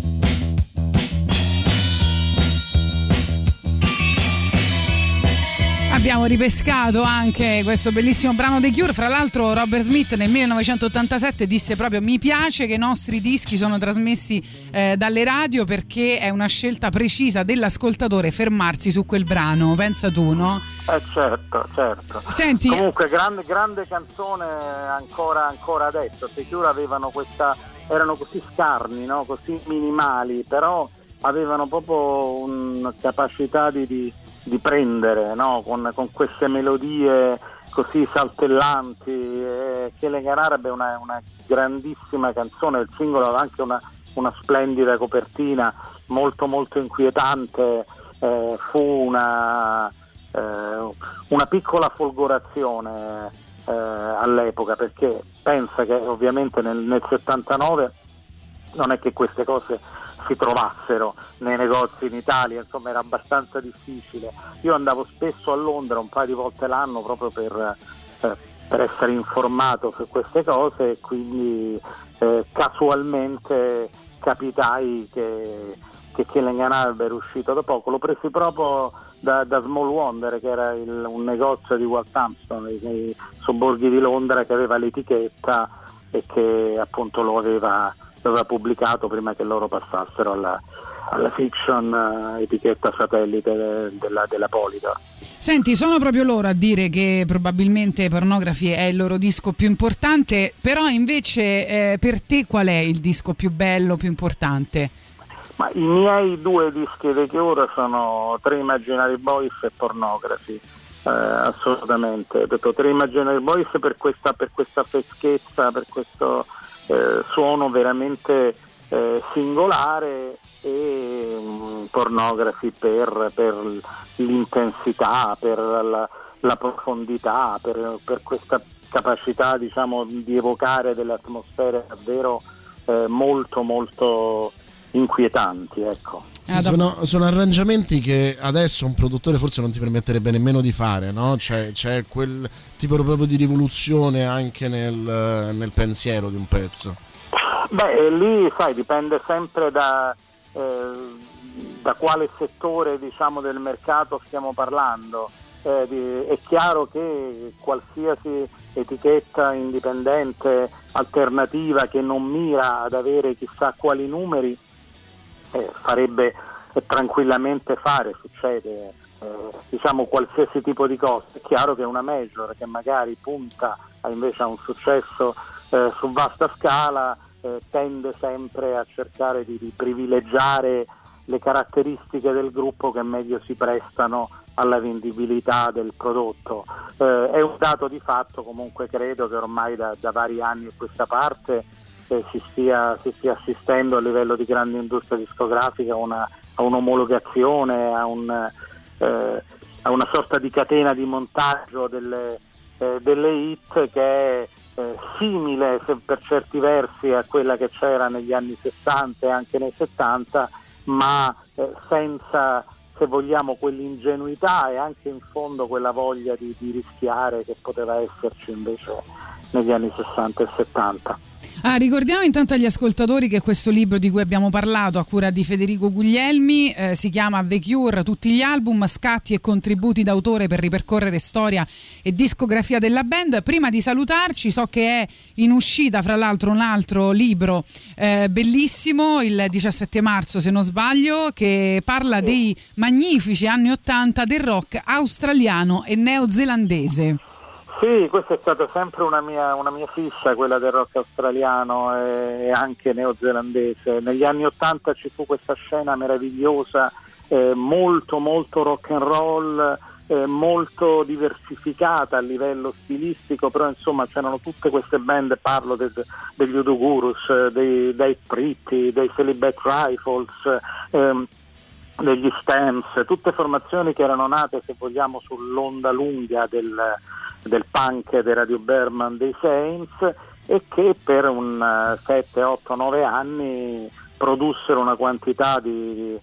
S3: Abbiamo ripescato anche questo bellissimo brano dei Cure. Fra l'altro Robert Smith nel 1987 disse proprio: mi piace che i nostri dischi sono trasmessi dalle radio, perché è una scelta precisa dell'ascoltatore fermarsi su quel brano. Pensa tu, no?
S9: Certo.
S3: Senti,
S9: comunque grande canzone ancora adesso. I Cure erano così scarni, no? Così minimali, però avevano proprio una capacità di prendere, no? con queste melodie così saltellanti. Killing an Arab è una grandissima canzone, il singolo aveva anche una splendida copertina, molto molto inquietante. Fu una piccola folgorazione all'epoca, perché pensa che ovviamente nel 79 non è che queste cose si trovassero nei negozi in Italia, insomma era abbastanza difficile. Io andavo spesso a Londra un paio di volte l'anno proprio per essere informato su queste cose, e quindi casualmente capitai che Killing an Arab era uscito da poco. L'ho presi proprio da Small Wonder, che era un negozio di Walthamstown nei sobborghi di Londra, che aveva l'etichetta e che appunto lo aveva pubblicato prima che loro passassero alla fiction, etichetta satellite della Polydor.
S3: Senti, sono proprio loro a dire che probabilmente Pornography è il loro disco più importante, però invece per te qual è il disco più bello, più importante?
S9: Ma i miei due dischi dei Cure sono Three Imaginary Boys e Pornography. Assolutamente, ho detto Three Imaginary Boys per questa freschezza, per questo suono veramente singolare, e Pornography per l'intensità, per la profondità, per questa capacità, diciamo, di evocare delle atmosfere davvero molto molto inquietanti, ecco.
S4: Sono arrangiamenti che adesso un produttore forse non ti permetterebbe nemmeno di fare, no? C'è quel tipo proprio di rivoluzione anche nel pensiero di un pezzo.
S9: Beh, lì sai, dipende sempre da quale settore, diciamo, del mercato stiamo parlando. È chiaro che qualsiasi etichetta indipendente alternativa che non mira ad avere chissà quali numeri farebbe tranquillamente succede, diciamo, qualsiasi tipo di cosa. È chiaro che una major che magari punta invece a un successo su vasta scala tende sempre a cercare di privilegiare le caratteristiche del gruppo che meglio si prestano alla vendibilità del prodotto. È un dato di fatto, comunque credo che ormai da vari anni a questa parte si stia assistendo a livello di grande industria discografica a un'omologazione, a una sorta di catena di montaggio delle hit che è simile per certi versi a quella che c'era negli anni 60 e anche nei 70, ma senza, se vogliamo, quell'ingenuità e anche in fondo quella voglia di rischiare che poteva esserci invece negli anni 60 e 70.
S3: Ricordiamo intanto agli ascoltatori che questo libro di cui abbiamo parlato a cura di Federico Guglielmi si chiama The Cure, tutti gli album, scatti e contributi d'autore per ripercorrere storia e discografia della band. Prima di salutarci, so che è in uscita fra l'altro un altro libro bellissimo il 17 marzo se non sbaglio, che parla dei magnifici anni 80 del rock australiano e neozelandese.
S9: Sì, questa è stata sempre una mia fissa, quella del rock australiano e anche neozelandese. Negli anni '80 ci fu questa scena meravigliosa, molto molto rock and roll, molto diversificata a livello stilistico, però insomma c'erano tutte queste band, parlo degli Udo Gurus, dei Pretty, dei Celibate Rifles, degli Stamps, tutte formazioni che erano nate, se vogliamo, sull'onda lunga del punk dei Radio Berman, dei Saints, e che per un 7, 8, 9 anni produssero una quantità di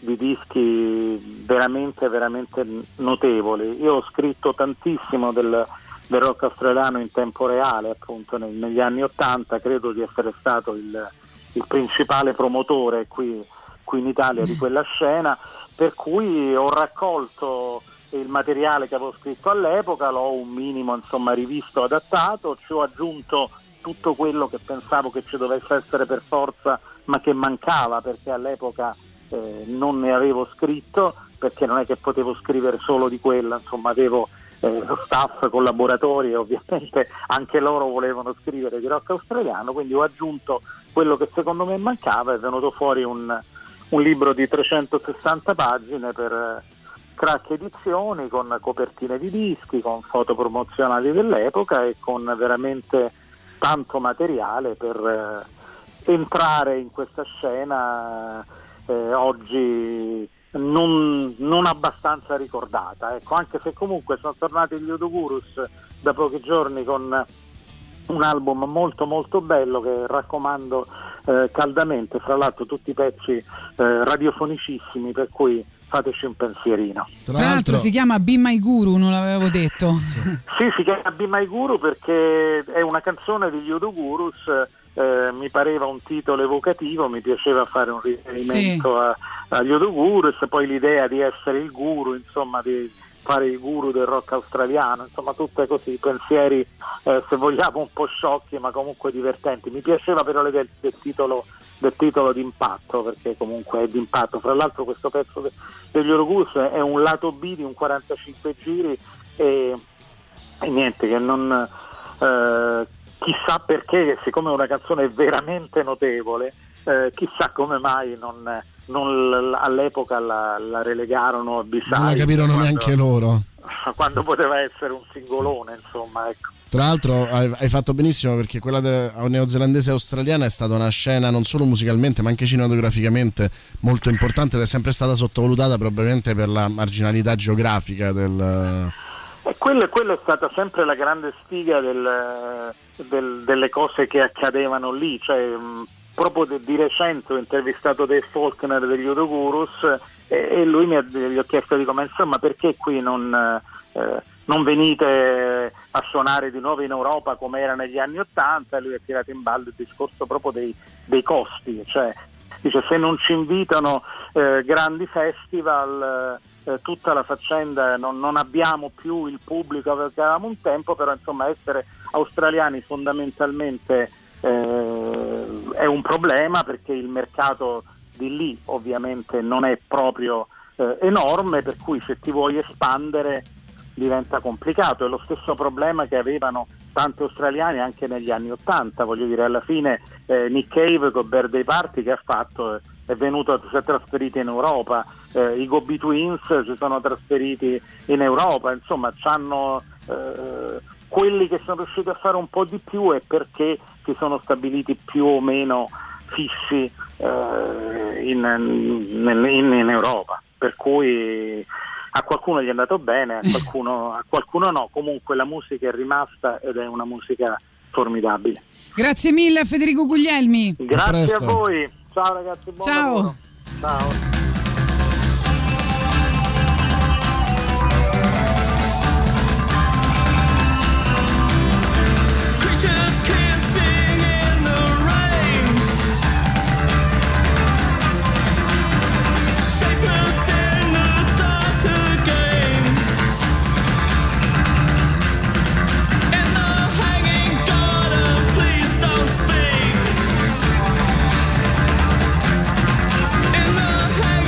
S9: dischi veramente veramente notevoli. Io ho scritto tantissimo del rock australiano in tempo reale, appunto negli anni '80, credo di essere stato il principale promotore qui in Italia di quella scena, per cui ho raccolto il materiale che avevo scritto all'epoca, l'ho un minimo insomma rivisto, adattato, ci ho aggiunto tutto quello che pensavo che ci dovesse essere per forza ma che mancava, perché all'epoca non ne avevo scritto, perché non è che potevo scrivere solo di quella, insomma avevo staff, collaboratori, e ovviamente anche loro volevano scrivere di rock australiano, quindi ho aggiunto quello che secondo me mancava. È venuto fuori un libro di 360 pagine per Crack Edizioni, con copertine di dischi, con foto promozionali dell'epoca e con veramente tanto materiale per entrare in questa scena oggi non abbastanza ricordata, ecco, anche se comunque sono tornati gli Udo Gurus da pochi giorni con un album molto molto bello che raccomando caldamente, fra l'altro tutti pezzi radiofonicissimi, per cui fateci un pensierino.
S3: Tra l'altro si chiama Be My Guru, non l'avevo detto.
S9: Sì, si chiama Be My Guru perché è una canzone degli Udo Gurus, mi pareva un titolo evocativo, mi piaceva fare un riferimento agli Udo Gurus, poi l'idea di essere il guru, insomma di fare il guru del rock australiano, insomma tutte così pensieri se vogliamo un po' sciocchi ma comunque divertenti. Mi piaceva però l'idea del titolo d'impatto, perché comunque è d'impatto. Fra l'altro questo pezzo degli Udo Gurus è un lato B di un 45 giri e niente, che non chissà perché, siccome è una canzone veramente notevole, chissà come mai non all'epoca la relegarono a B-side.
S4: Non la capirono neanche loro,
S9: quando poteva essere un singolone, insomma, ecco.
S4: Tra l'altro hai fatto benissimo, perché quella neozelandese australiana è stata una scena non solo musicalmente ma anche cinematograficamente molto importante ed è sempre stata sottovalutata, probabilmente per la marginalità geografica
S9: E quella è stata sempre la grande sfiga delle cose che accadevano lì, cioè proprio di recente ho intervistato Dave Faulkner degli Udogurus e lui gli ho chiesto, dico, ma insomma perché qui non venite a suonare di nuovo in Europa come era negli anni '80, e lui ha tirato in ballo il discorso proprio dei costi, cioè dice se non ci invitano grandi festival tutta la faccenda non abbiamo più il pubblico che avevamo un tempo, però insomma essere australiani fondamentalmente è un problema perché il mercato di lì ovviamente non è proprio enorme, per cui se ti vuoi espandere diventa complicato. È lo stesso problema che avevano tanti australiani anche negli anni '80, voglio dire, alla fine Nick Cave con Birthday Party che ha fatto si è trasferito in Europa, i Go-Be Twins si sono trasferiti in Europa, insomma c'hanno quelli che sono riusciti a fare un po' di più è perché si sono stabiliti più o meno fissi in Europa, per cui a qualcuno gli è andato bene, a qualcuno no. Comunque la musica è rimasta ed è una musica formidabile.
S3: Grazie mille a Federico Guglielmi.
S9: Grazie a voi, ciao ragazzi, buon lavoro. Ciao.
S10: In the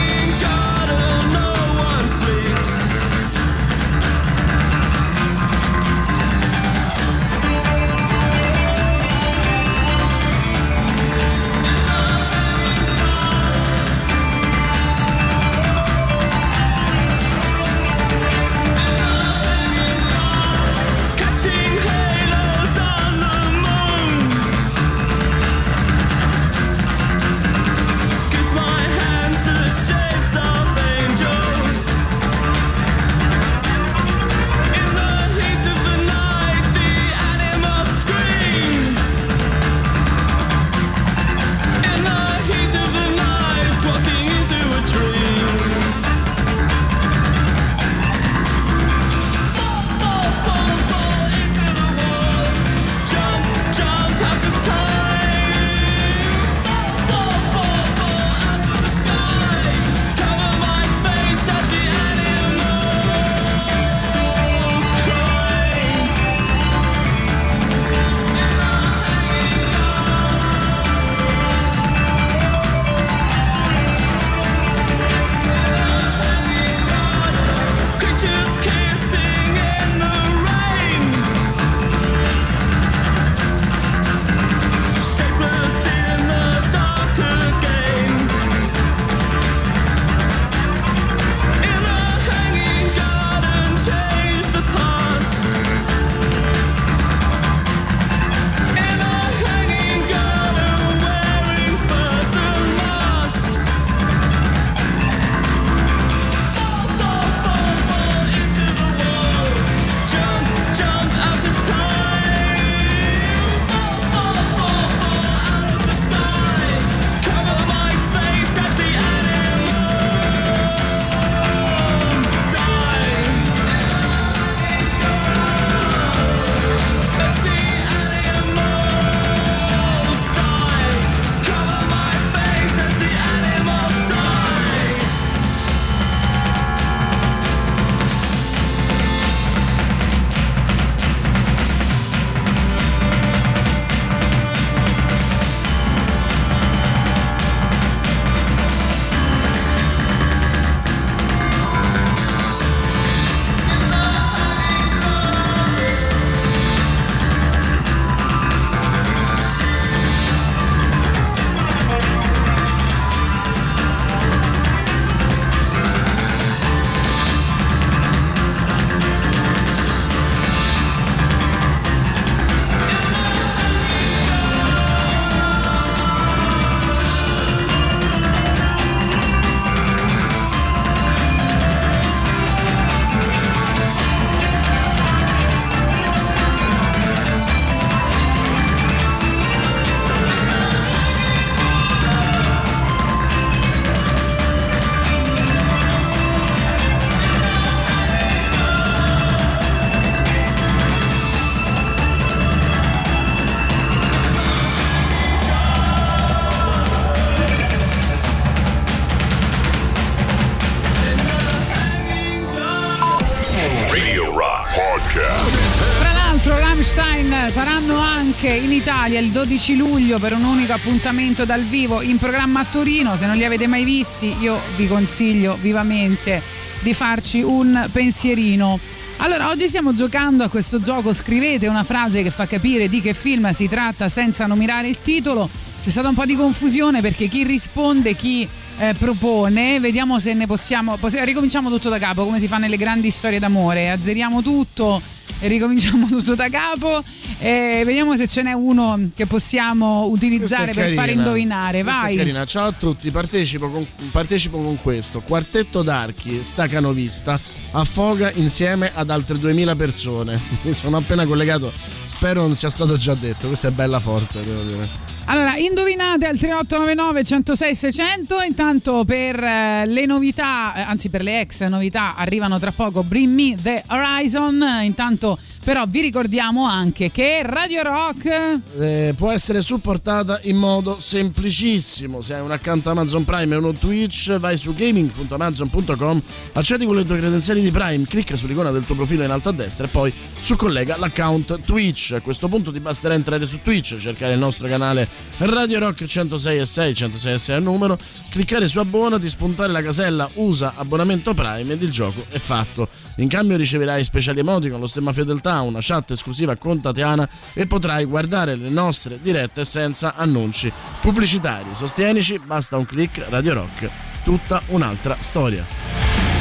S3: Rammstein saranno anche in Italia il 12 luglio per un unico appuntamento dal vivo in programma a Torino. Se non li avete mai visti, io vi consiglio vivamente di farci un pensierino. Allora, oggi stiamo giocando a questo gioco. Scrivete una frase che fa capire di che film si tratta senza nominare il titolo. C'è stata un po' di confusione perché chi risponde, chi propone, vediamo se ne possiamo ricominciamo tutto da capo, come si fa nelle grandi storie d'amore. Azzeriamo tutto e ricominciamo tutto da capo e vediamo se ce n'è uno che possiamo utilizzare per fare indovinare. Vai.
S4: Carina. Ciao a tutti, partecipo con questo quartetto d'archi stacanovista affoga insieme ad altre 2000 persone. Mi sono appena collegato, spero non sia stato già detto. Questa è bella forte, devo dire.
S3: Allora, indovinate al 3899 106 600. Intanto per le novità, anzi per le ex novità, arrivano tra poco Bring Me The Horizon. Intanto però vi ricordiamo anche che Radio Rock
S4: può essere supportata in modo semplicissimo. Se hai un account Amazon Prime e uno Twitch, vai su gaming.amazon.com, accedi con le tue credenziali di Prime, clicca sull'icona del tuo profilo in alto a destra e poi su collega l'account Twitch. A questo punto ti basterà entrare su Twitch, cercare il nostro canale Radio Rock 106.6, 106.6 è il numero, cliccare su abbonati, spuntare la casella usa abbonamento Prime ed il gioco è fatto. In cambio riceverai speciali emoticon, lo stemma fedeltà, una chat esclusiva con Tatiana e potrai guardare le nostre dirette senza annunci pubblicitari. Sostienici, basta un click. Radio Rock, tutta un'altra storia.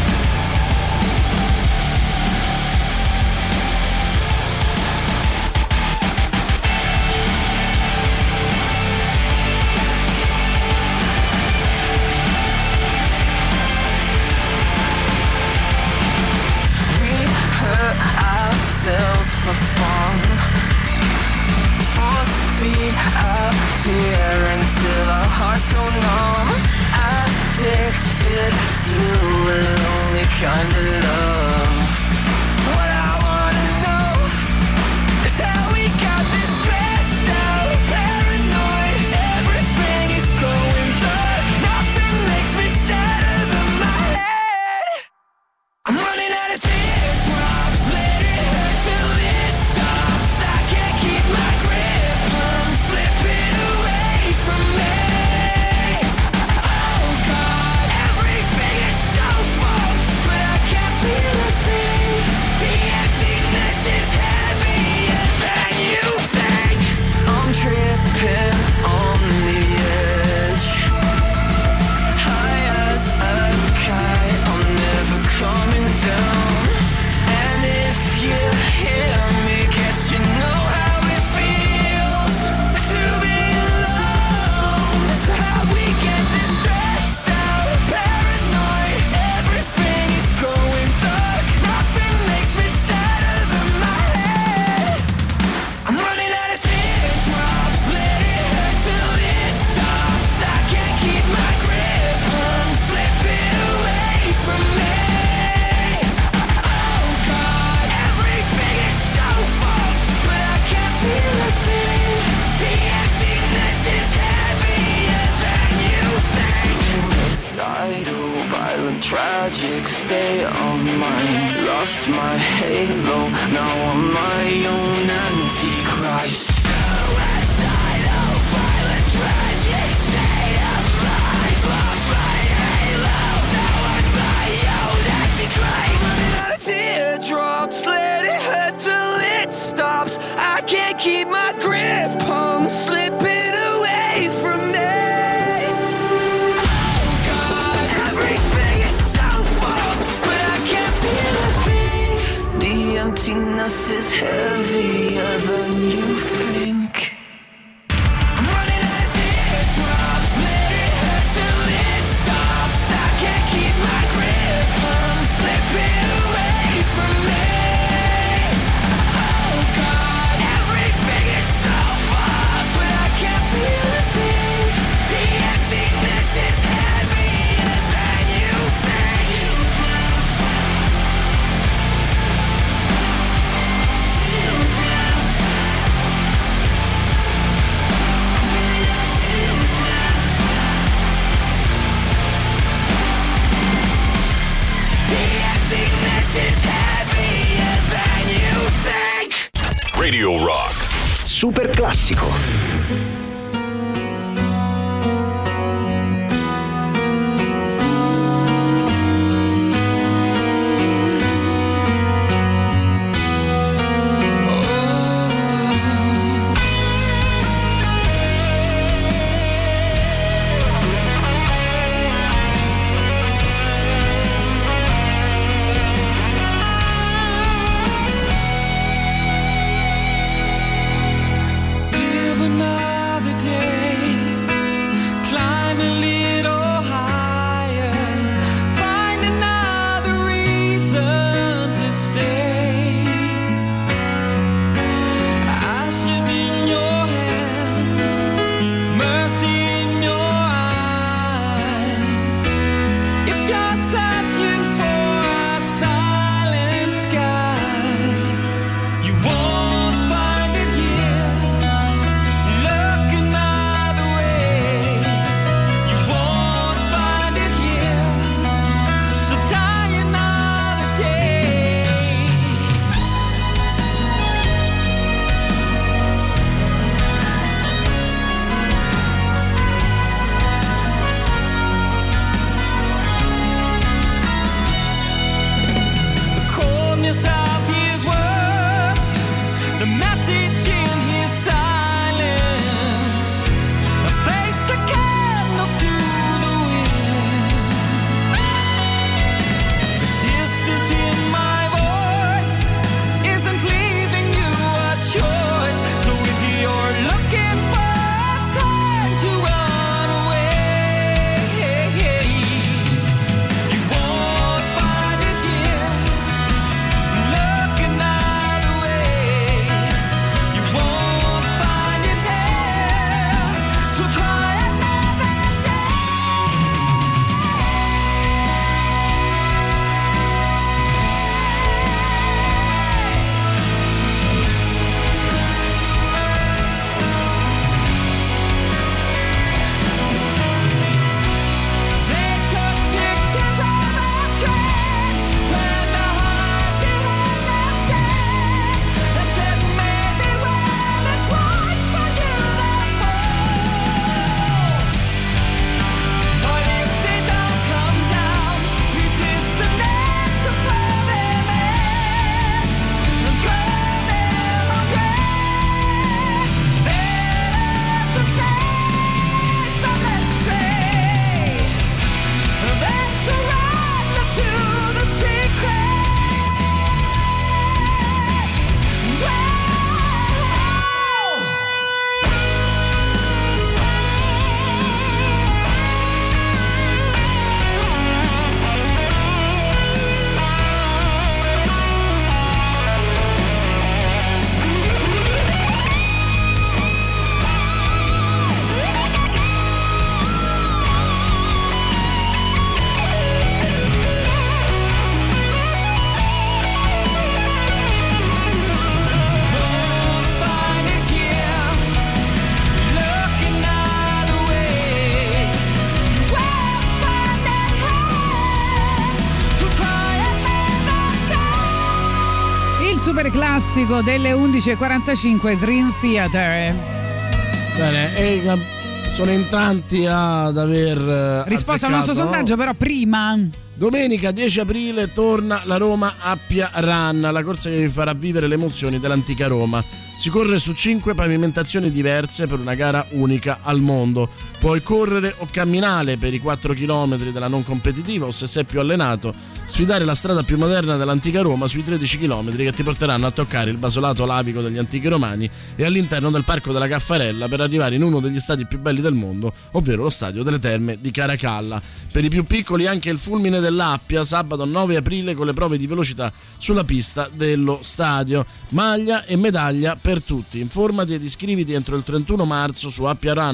S5: For fun, force feed up fear until our hearts go numb. Addicted to a lonely kind of love. What I wanna know is how we got this stressed out, paranoid. Everything is going dark. Nothing makes me sadder than my head. I'm running out of teardrops. Let it hurt till it stops. I can't keep my grip from slipping away from me. Oh God, everything is so fucked, but I can't feel a thing. The emptiness is heavier than you think. I'm tripping on the edge, high as a kite. I'm never coming down. And if you hear me, guess you know how it feels to be alone. So how we get this stressed out, paranoid. Everything is going dark. Nothing makes me sadder than my head. I'm running out of teardrops. Let it hurt till it stops. I can't keep my grip from slipping away from me. Oh God, everything is so fucked, but I can't feel a thing. The emptiness is heavier than you think. Suicidal, violent, tragic state of mind. Lost my halo, now I'm my own antichrist. Suicidal, violent, tragic state of mind. Lost my halo, now I'm my own antichrist. Running out of teardrops, let it hurt till it stops. I can't keep my grip, I'm slipping away from me. Oh God, everything is so fucked, but I can't feel a thing. The emptiness is heavier than you think. I'm running out of teardrops, let it hurt till it stops. I can't keep my grip, I'm slipping away from me. Oh God, everything is so fucked, but I can't feel a thing. The emptiness is heavier than you think.
S2: Radio Rock.
S1: Super classico.
S3: Super classico delle 11.45, Dream Theater.
S4: Bene, e sono in tanti ad aver
S3: risposto al nostro sondaggio, però prima.
S4: Domenica 10 aprile torna la Roma Appia Run, la corsa che vi farà vivere le emozioni dell'antica Roma. Si corre su 5 pavimentazioni diverse per una gara unica al mondo. Puoi correre o camminare per i 4 km della non competitiva o, se sei più allenato, sfidare la strada più moderna dell'antica Roma sui 13 km che ti porteranno a toccare il basolato lavico degli antichi romani e all'interno del Parco della Caffarella per arrivare in uno degli stadi più belli del mondo, ovvero lo Stadio delle Terme di Caracalla. Per i più piccoli anche il fulmine dell'Appia, sabato 9 aprile con le prove di velocità sulla pista dello stadio. Maglia e medaglia per tutti. Informati ed iscriviti entro il 31 marzo su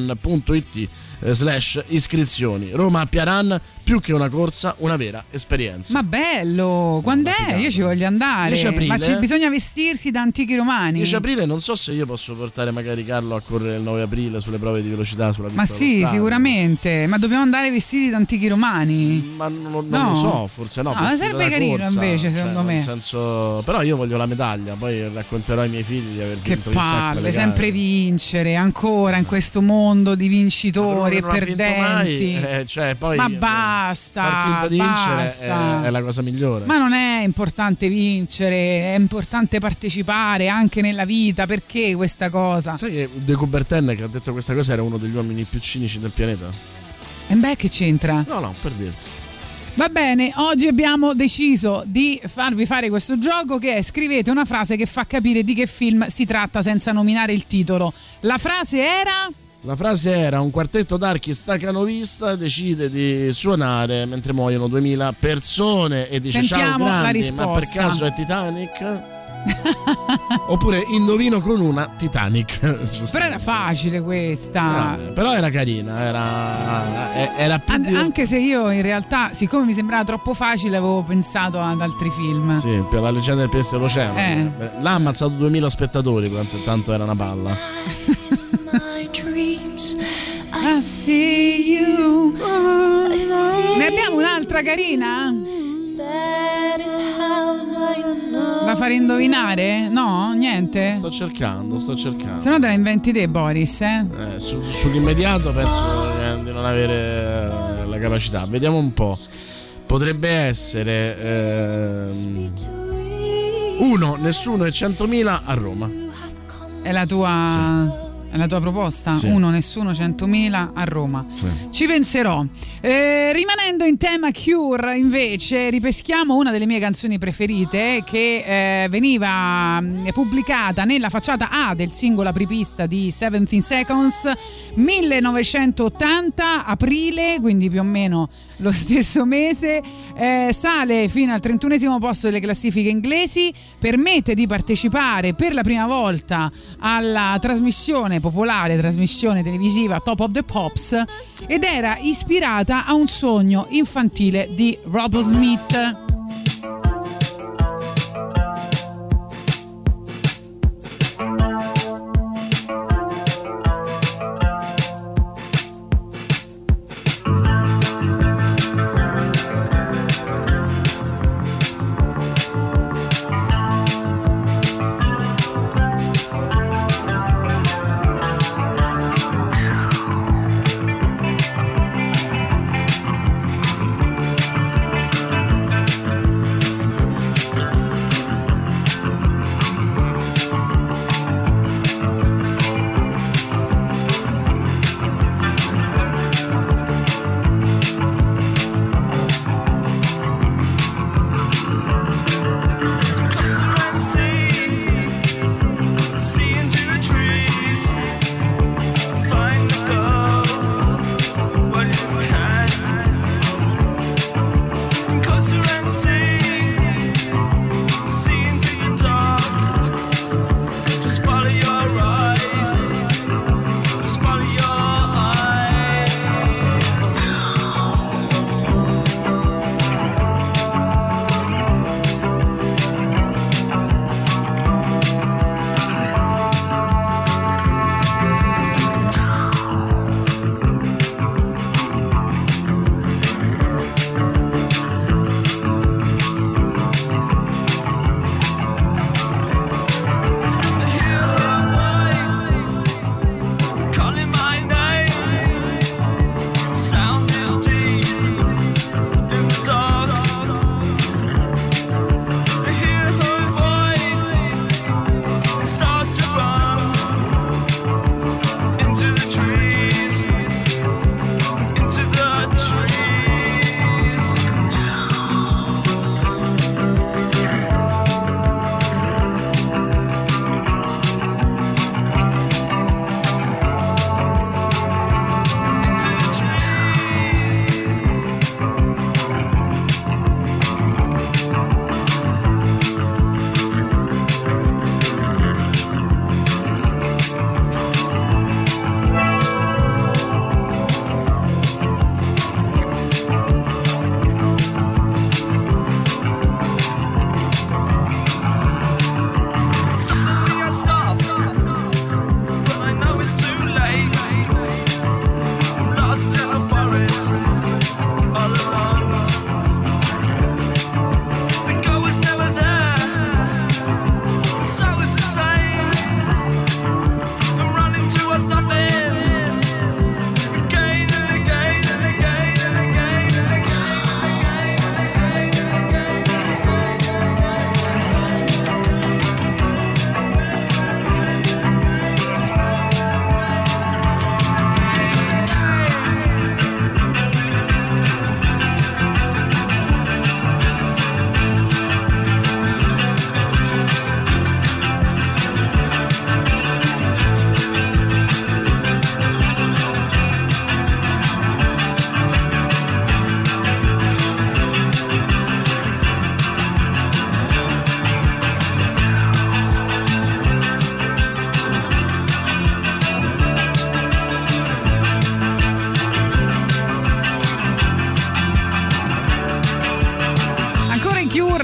S4: appiarun.it/iscrizioni. Roma Appia Run, più che una corsa, una vera esperienza.
S3: Ma bello, quando è? Io ci voglio andare.
S4: 10 aprile.
S3: Ma bisogna vestirsi da antichi romani.
S4: 10 aprile, non so se io posso portare magari Carlo a correre il 9 aprile sulle prove di velocità sulla pista.
S3: Ma sì, sicuramente. Ma dobbiamo andare vestiti da antichi romani.
S4: Ma non non lo so, forse no.
S3: Ma sarebbe carino corsa, invece, secondo me.
S4: Nel senso, però io voglio la medaglia, poi racconterò ai miei figli di aver vinto. Che
S3: palle, sempre vincere, ancora in questo mondo di vincitori e perdenti.
S4: Mai, cioè, poi
S3: ma basta.
S4: Far finta di vincere è la cosa migliore.
S3: Ma non è importante vincere, è importante partecipare anche nella vita. Perché questa cosa?
S4: Sai che De Coubertin, che ha detto questa cosa, era uno degli uomini più cinici del pianeta?
S3: E beh, che c'entra?
S4: No, per dirti.
S3: Va bene, oggi abbiamo deciso di farvi fare questo gioco che è: scrivete una frase che fa capire di che film si tratta senza nominare il titolo. La frase era: un quartetto d'archi stacanovista decide di suonare mentre muoiono 2000 persone e dice: sentiamo,
S4: ciao grandi,
S3: la risposta.
S4: ma per caso è Titanic? Oppure indovino con una Titanic.
S3: Però era facile questa.
S4: Però era carina, era più
S3: anche se io in realtà, siccome mi sembrava troppo facile, avevo pensato ad altri film.
S4: Sì, per La leggenda del pesce dell'oceano. L'ha ammazzato 2000 spettatori, tanto era una palla.
S3: I see you. Ne abbiamo un'altra carina? Da fare indovinare? No? Niente?
S4: Sto cercando.
S3: Se no te la inventi te, Boris,
S4: sull'immediato penso di non avere la capacità. Vediamo un po'. Potrebbe essere 1, nessuno e 100.000 a Roma.
S3: È la tua...
S4: Sì.
S3: È la tua proposta?
S4: Sì.
S3: 1, nessuno, 100.000 a Roma.
S4: Sì.
S3: Ci penserò. Rimanendo in tema Cure, invece, ripeschiamo una delle mie canzoni preferite che veniva pubblicata nella facciata A del singolo apripista di 17 Seconds, 1980, aprile, quindi più o meno lo stesso mese. Sale fino al 31esimo posto delle classifiche inglesi, permette di partecipare per la prima volta alla trasmissione popolare, trasmissione televisiva Top of the Pops, ed era ispirata a un sogno infantile di Robert Smith.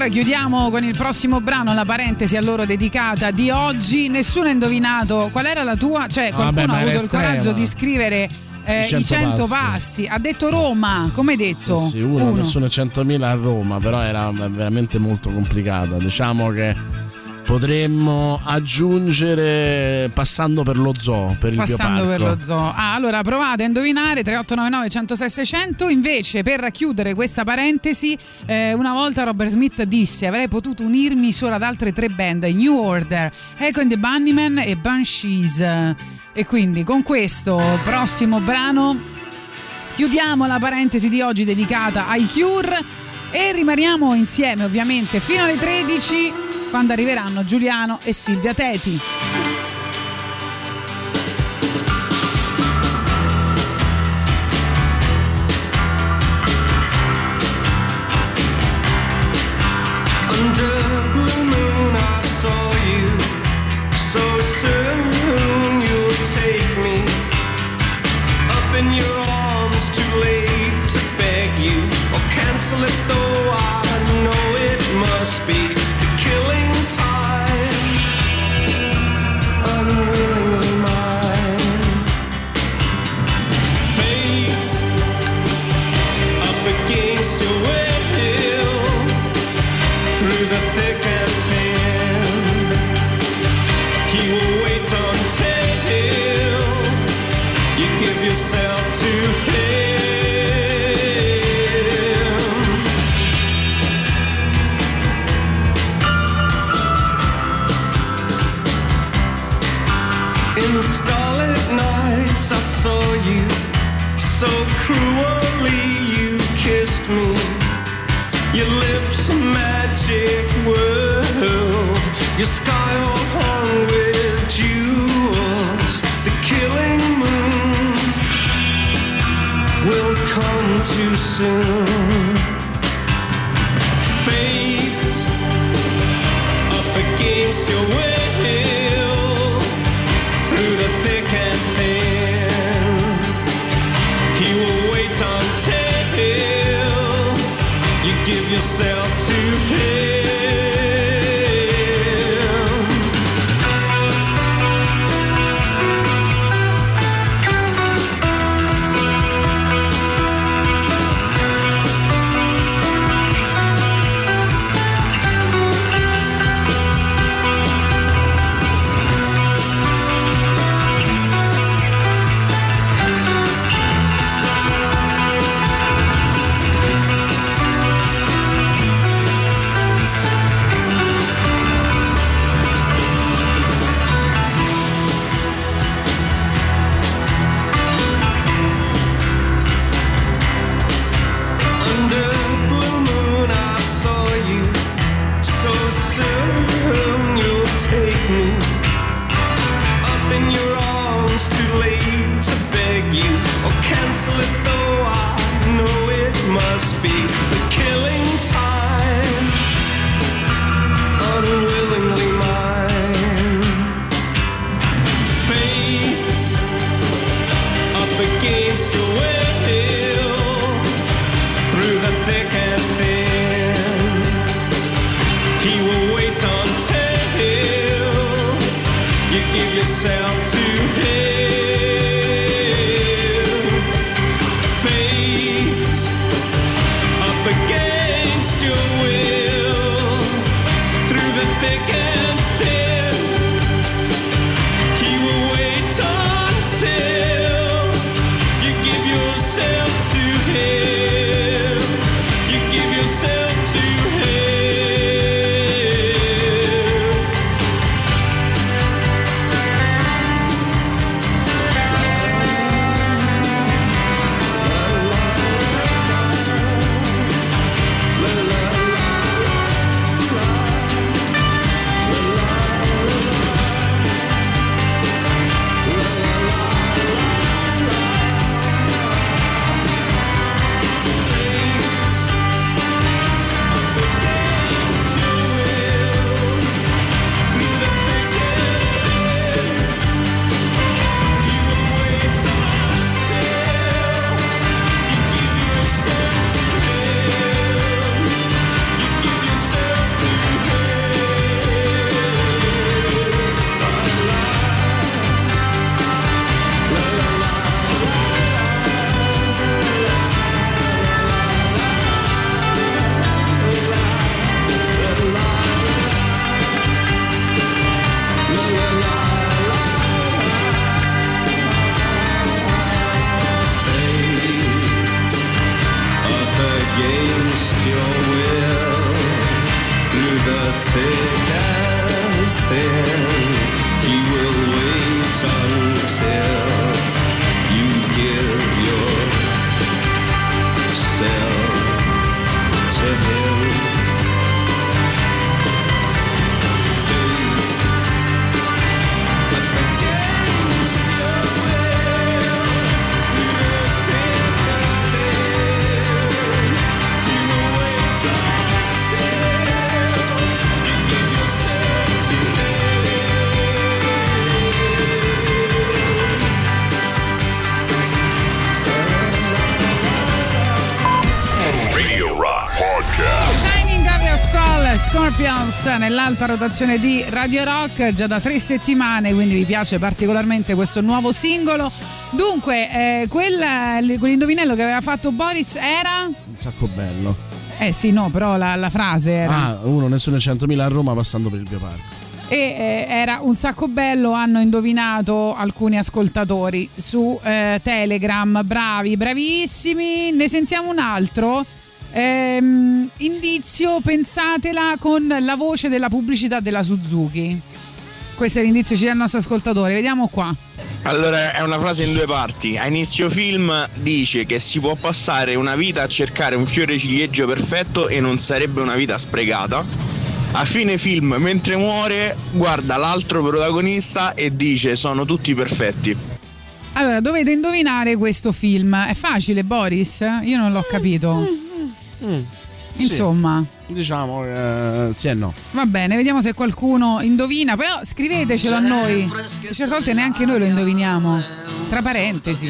S3: Allora chiudiamo con il prossimo brano, la parentesi a loro dedicata di oggi. Nessuno ha indovinato qual era la tua, cioè qualcuno ha avuto il coraggio di scrivere i 100 passi. Ha detto Roma, come hai detto?
S4: Sì, uno. Nessuno 100.000 a Roma, però era veramente molto complicata. Diciamo che potremmo aggiungere passando per lo zoo, per il
S3: passando
S4: bioparco.
S3: Per lo zoo. Allora provate a indovinare 3899 106 600. Invece, per chiudere questa parentesi, una volta Robert Smith disse: avrei potuto unirmi solo ad altre 3 band, New Order, Echo and the Bunnymen e Banshees. E quindi con questo prossimo brano chiudiamo la parentesi di oggi dedicata ai Cure e rimaniamo insieme ovviamente fino alle 13, quando arriveranno Giuliano e Silvia Teti.
S11: Under blue moon I saw you, so soon you'll take me up in your arms, too late to beg you or cancel it, though I know it must be the killing time, unwillingly mine. Fate up against your will, through the thick and thin, he will wait until you give yourself to him. In starlit nights I saw you, so cruelly you kissed me. Your lips a magic world, your sky all hung with jewels. The killing moon will come too soon. Fate up against your will, through the thick and thin, he will wait until you give yourself to him. Cancel it, though I know it must be the killing time, unwillingly mine. Fate up against your will, through the thick and thin, he will wait until you give yourself to him. Against your will, through the thick and thin, he will wait until you give yourself to him. You give yourself to him.
S3: Scorpions nell'alta rotazione di Radio Rock già da 3 settimane, quindi vi piace particolarmente questo nuovo singolo. Dunque, quell'indovinello che aveva fatto Boris era?
S4: Un sacco bello.
S3: Sì, no, però la frase era...
S4: uno, nessuno è 100.000 a Roma passando per il Bioparco.
S3: Era un sacco bello, hanno indovinato alcuni ascoltatori su Telegram. Bravi, bravissimi. Ne sentiamo un altro. Indizio, pensatela con la voce della pubblicità della Suzuki. Questo è l'indizio che ci dà il nostro ascoltatore. Vediamo qua.
S12: Allora, è una frase in 2 parti. A inizio film dice che si può passare una vita a cercare un fiore ciliegio perfetto e non sarebbe una vita sprecata. A fine film, mentre muore, guarda l'altro protagonista e dice: sono tutti perfetti.
S3: Allora, dovete indovinare questo film. È facile, Boris? Io non l'ho capito. Insomma,
S4: sì, diciamo sì e no.
S3: Va bene, vediamo se qualcuno indovina. Però scrivetecelo a noi. Certe volte neanche noi lo indoviniamo. Tra parentesi.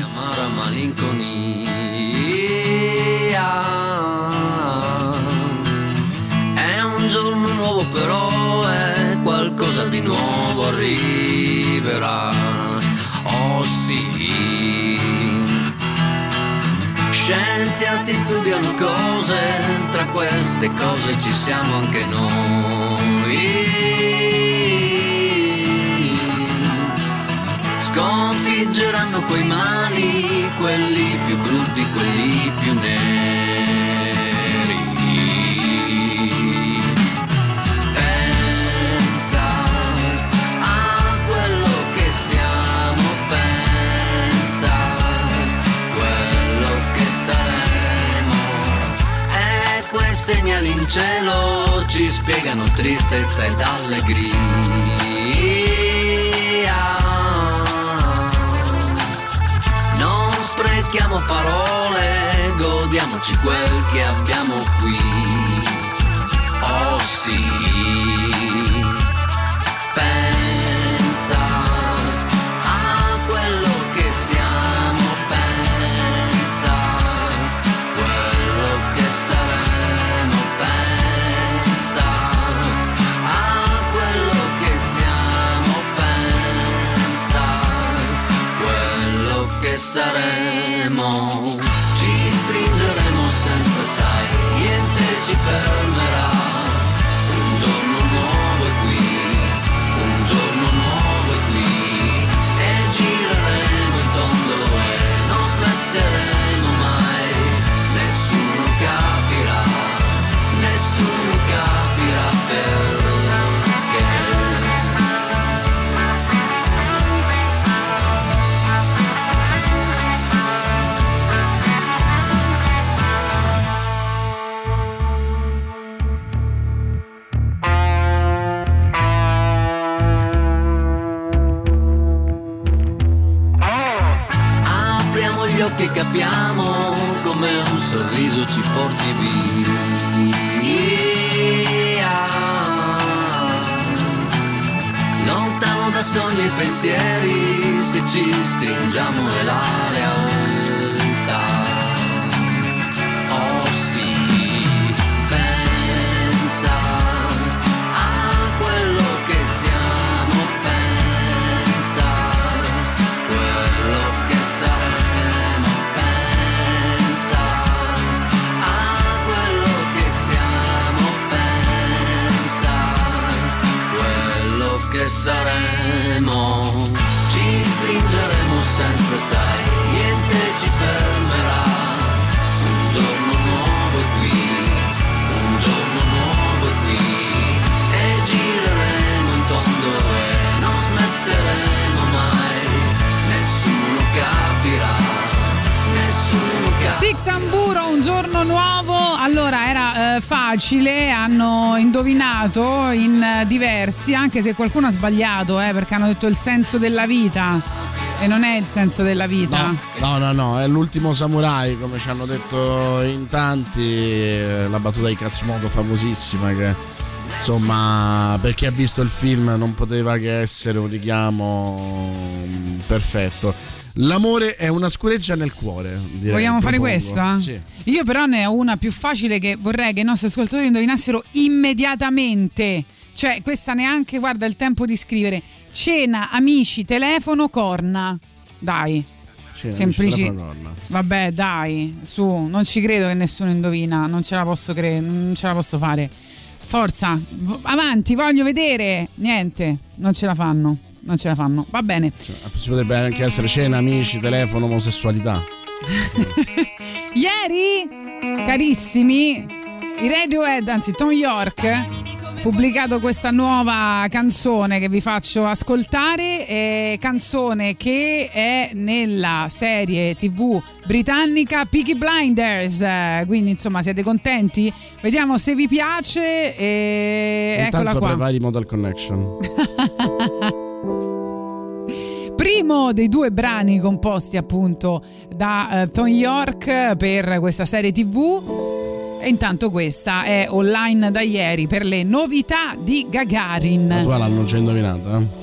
S13: È un giorno nuovo, però è qualcosa di nuovo arriverà. Oh sì. Scienziati studiano cose, tra queste cose ci siamo anche noi. Sconfiggeranno quei mali, quelli più brutti, quelli più neri. Pensa a quello che siamo, pensa quello che saremo, e quei segnali in cielo ci spiegano tristezza ed allegria. Non sprechiamo parole, godiamoci quel che abbiamo qui. Oh sì, pensa a quello che siamo, pensa quello che saremo, pensa a quello che siamo, pensa quello che saremo. Ci stringeremo sempre, sai, niente ci fermerà. Un giorno nuovo è qui, un giorno nuovo è qui, e gireremo in tondo e non smetteremo mai. Nessuno capirà perché. Che capiamo come un sorriso ci porti via, lontano da sogni e pensieri, se ci stringiamo è la realtà. Oh sì, pensa a quello che siamo, pensa quello che saremo. Che saremo, ci stringeremo sempre, sai, niente ci fermerà. Un giorno nuovo è qui, un giorno nuovo è qui, e gireremo in tondo e non smetteremo mai. Nessuno capirà, nessuno capirà.
S3: Sic Tamburo, un giorno nuovo. Allora era facile, hanno indovinato in diversi, anche se qualcuno ha sbagliato, perché hanno detto il senso della vita e non è il senso della vita.
S4: No, è l'ultimo samurai, come ci hanno detto in tanti, la battuta di Katsumoto famosissima che insomma, per chi ha visto il film non poteva che essere un richiamo perfetto. L'amore è una scureggia nel cuore, direi.
S3: Vogliamo fare questa?
S4: Sì.
S3: Io però ne ho una più facile che vorrei che i nostri ascoltatori indovinassero immediatamente. Cioè, questa neanche, guarda, il tempo di scrivere. Cena, amici, telefono, corna. Dai. Semplici. Vabbè, dai, su, non ci credo che nessuno indovina, non ce la posso fare. Forza, avanti, voglio vedere. Niente, non ce la fanno. Va bene.
S4: Si potrebbe anche essere cena, amici, telefono, omosessualità.
S3: Ieri, carissimi, i Radiohead, anzi Tom York, pubblicato questa nuova canzone che vi faccio ascoltare, canzone che è nella serie TV britannica Peaky Blinders, quindi insomma siete contenti? Vediamo se vi piace. Eccola qua.
S4: Prepari Modal Connection.
S3: Primo dei due brani composti appunto da Tom York per questa serie TV. E intanto questa è online da ieri per le novità di Gagarin.
S4: Ma tu l'hanno già indovinata?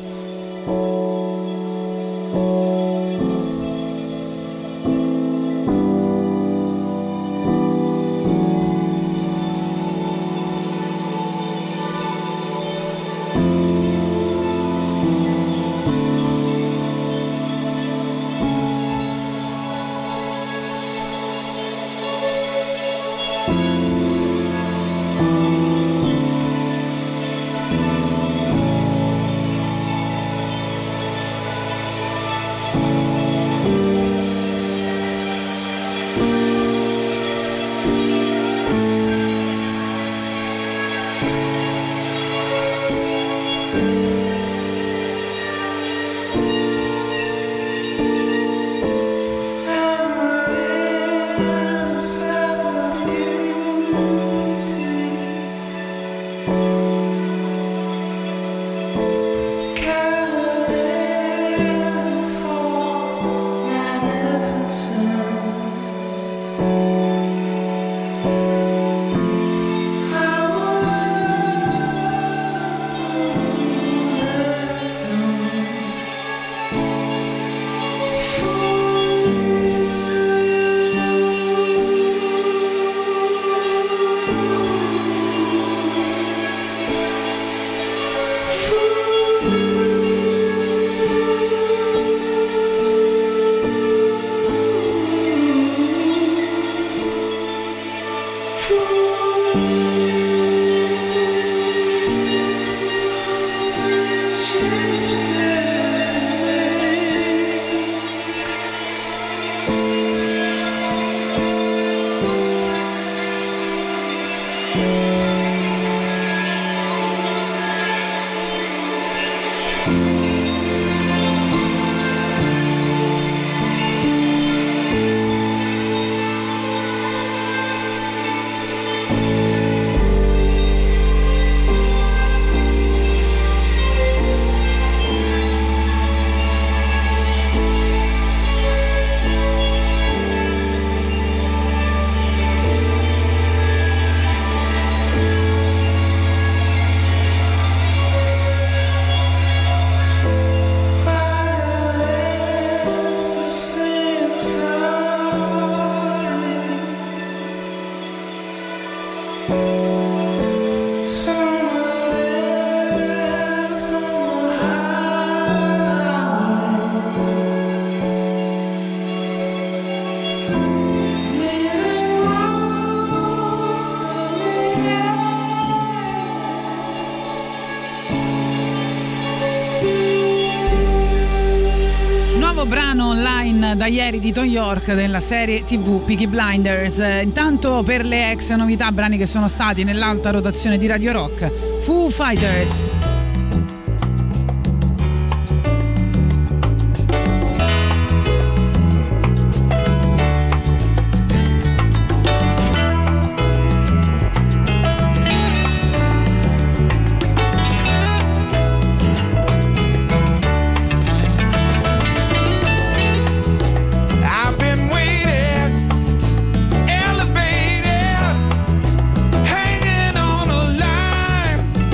S3: Brano online da ieri di Tom York della serie TV Peaky Blinders. Intanto per le ex novità, brani che sono stati nell'alta rotazione di Radio Rock, Foo Fighters.
S6: Elevated, hanging on a line.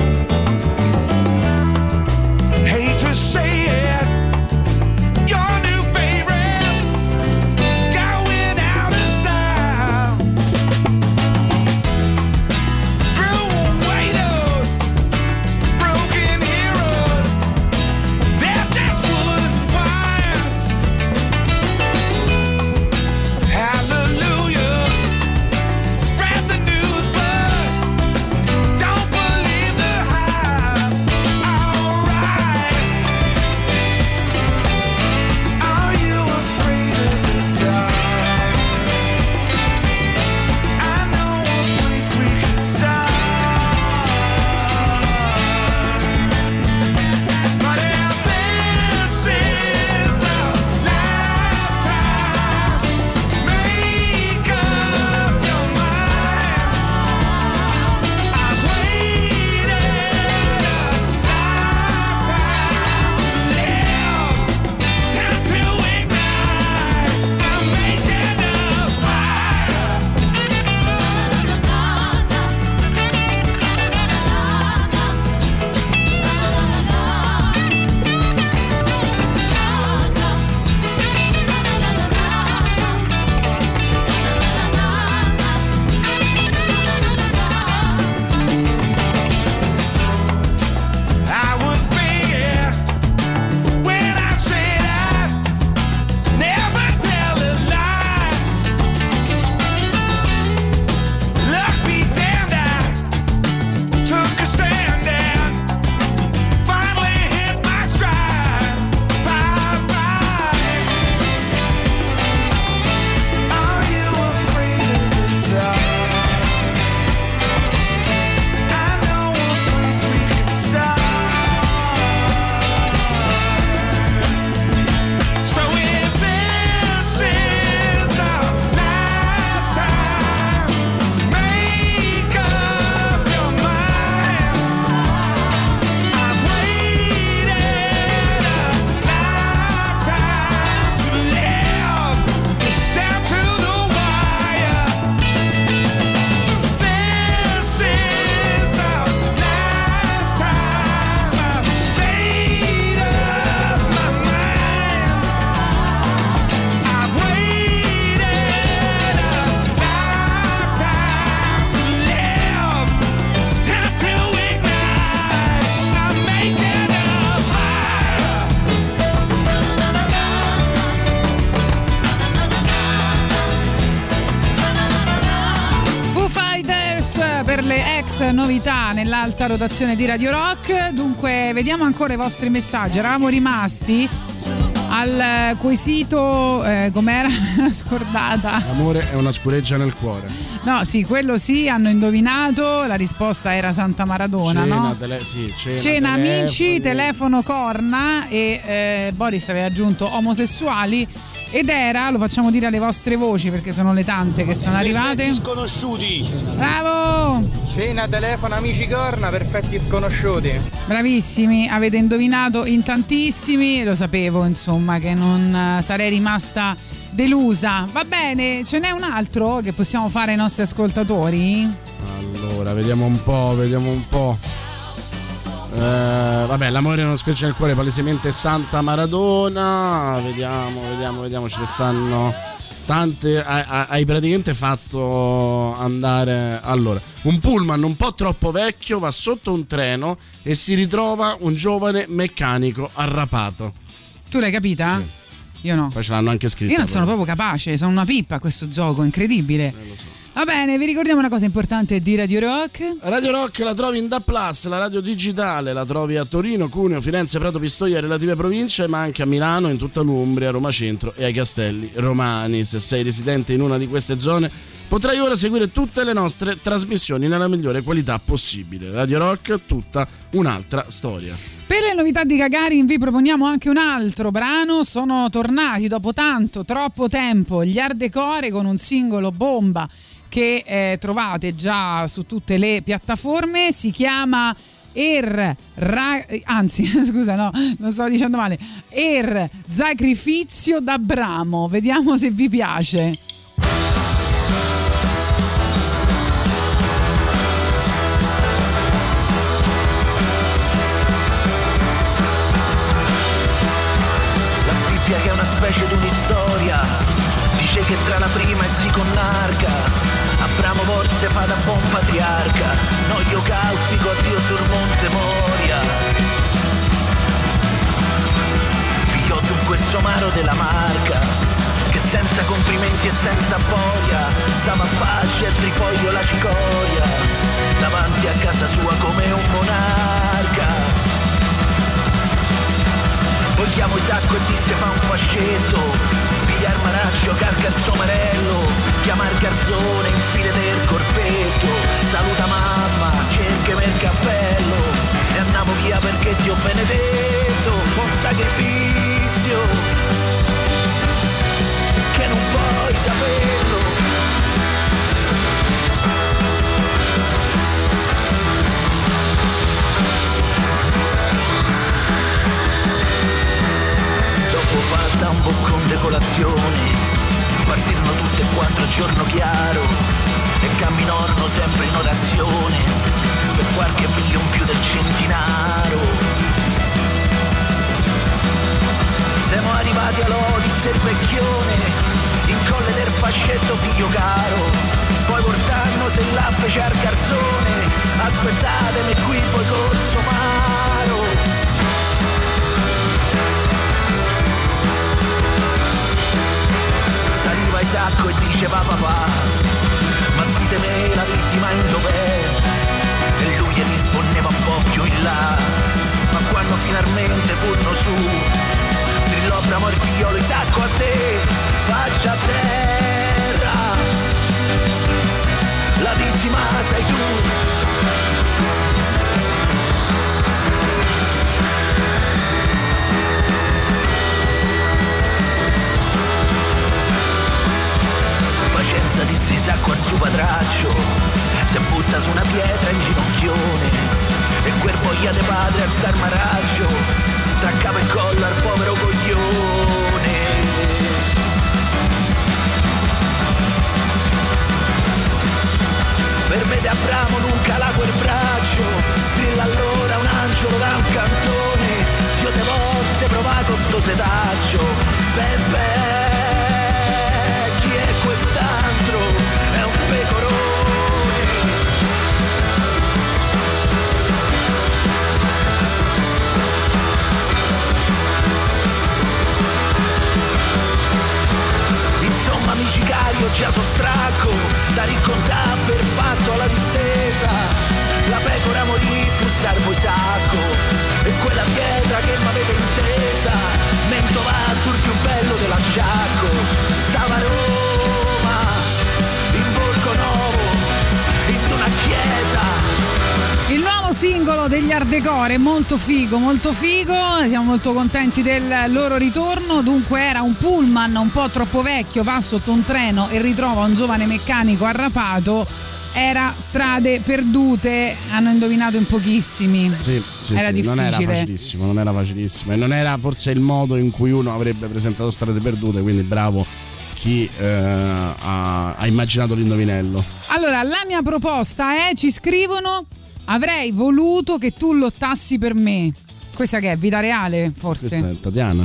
S3: per le ex novità nell'alta rotazione di Radio Rock. Dunque, vediamo ancora i vostri messaggi. Eravamo rimasti al quesito, com'era? Scordata.
S4: L'amore è una scureggia nel cuore.
S3: No, sì, quello sì, hanno indovinato. La risposta era Santa Maradona,
S4: cena,
S3: no?
S4: Cena
S3: amici, telefono, corna e Boris aveva aggiunto omosessuali. Ed era, lo facciamo dire alle vostre voci perché sono le tante che sono arrivate.
S14: Perfetti sconosciuti.
S3: Bravo!
S14: Cena, telefono, amici, corna, perfetti sconosciuti.
S3: Bravissimi, avete indovinato in tantissimi. Lo sapevo, insomma, che non sarei rimasta delusa. Va bene, ce n'è un altro che possiamo fare ai nostri ascoltatori?
S4: Allora, vediamo un po'. Vabbè, l'amore è una squercia nel cuore, palesemente Santa Maradona. Vediamo, ce ne stanno tante. Hai praticamente fatto andare. Allora, un pullman un po' troppo vecchio va sotto un treno e si ritrova un giovane meccanico arrapato.
S3: Tu l'hai capita?
S4: Sì.
S3: Io no.
S4: Poi ce l'hanno anche scritto.
S3: Io non sono proprio capace, sono una pippa a questo gioco, incredibile.
S4: Lo so.
S3: Va bene, vi ricordiamo una cosa importante di Radio Rock.
S4: Radio Rock la trovi in DAB+, la radio digitale, la trovi a Torino, Cuneo, Firenze, Prato, Pistoia e relative province, ma anche a Milano, in tutta l'Umbria, Roma Centro e ai Castelli Romani. Se sei residente in una di queste zone, potrai ora seguire tutte le nostre trasmissioni nella migliore qualità possibile. Radio Rock, tutta un'altra storia.
S3: Per le novità di Gagarin vi proponiamo anche un altro brano. Sono tornati dopo troppo tempo gli Ardecore con un singolo bomba che trovate già su tutte le piattaforme. Si chiama Sacrificio d'Abramo. Vediamo se vi piace.
S15: La Bibbia, che è una specie di un'istoria, dice che tra la prima e Siconarca Abramo forse fa da buon patriarca, no, io cautico a Dio sul Monte Moria. Pigliò dunque il somaro della Marca, che senza complimenti e senza boia stava a pace al trifoglio la cicoria, davanti a casa sua come un monarca. Poi chiamò Isacco e disse fa un fascetto, piglia il maraccio, carca il somarello, chiama il garzone, infine del corpetto, saluta mamma, cerca il cappello e andiamo via perché Dio benedetto, un sacrificio che non puoi saperlo. Dopo fatta un boccon de colazione, partirono tutte e quattro a giorno chiaro e camminorono sempre in orazione per qualche miglio in più del centinario. Siamo arrivati all'Odi, Servecchione, in colle del fascetto figlio caro, poi portanno se la fece al garzone, aspettatemi qui voi col somaro. Saliva Isacco e diceva papà, ma ditemi la vittima in dov'è? E lui gli rispondeva un po' più in là, ma quando finalmente furono su, strillò Abramo il figliolo, Isacco a te, faccia a terra, la vittima sei tu. Disse Isacco al suo patraccio, si butta su una pietra in ginocchione e quel boia de padre alza il maraccio tra capo e collo al povero coglione. Per me de Abramo non cala quel braccio, strilla allora un angelo da un cantone, Dio te forze prova con sto setaccio, bebè. Quest'altro è un pecorone. Insomma amici cari, ho già so stracco da raccontare per fatto alla distesa,
S3: degli Hardcore, molto figo, siamo molto contenti del loro ritorno. Dunque era un pullman un po' troppo vecchio, va sotto un treno e ritrova un giovane meccanico arrapato. Era Strade perdute, hanno indovinato in pochissimi.
S4: Sì,
S3: era difficile.
S4: Non era facilissimo e non era forse il modo in cui uno avrebbe presentato Strade perdute, quindi bravo chi ha immaginato l'indovinello.
S3: Allora, la mia proposta è, ci scrivono: avrei voluto che tu lottassi per me. Questa che è vita reale, forse?
S4: Questa è Tatiana.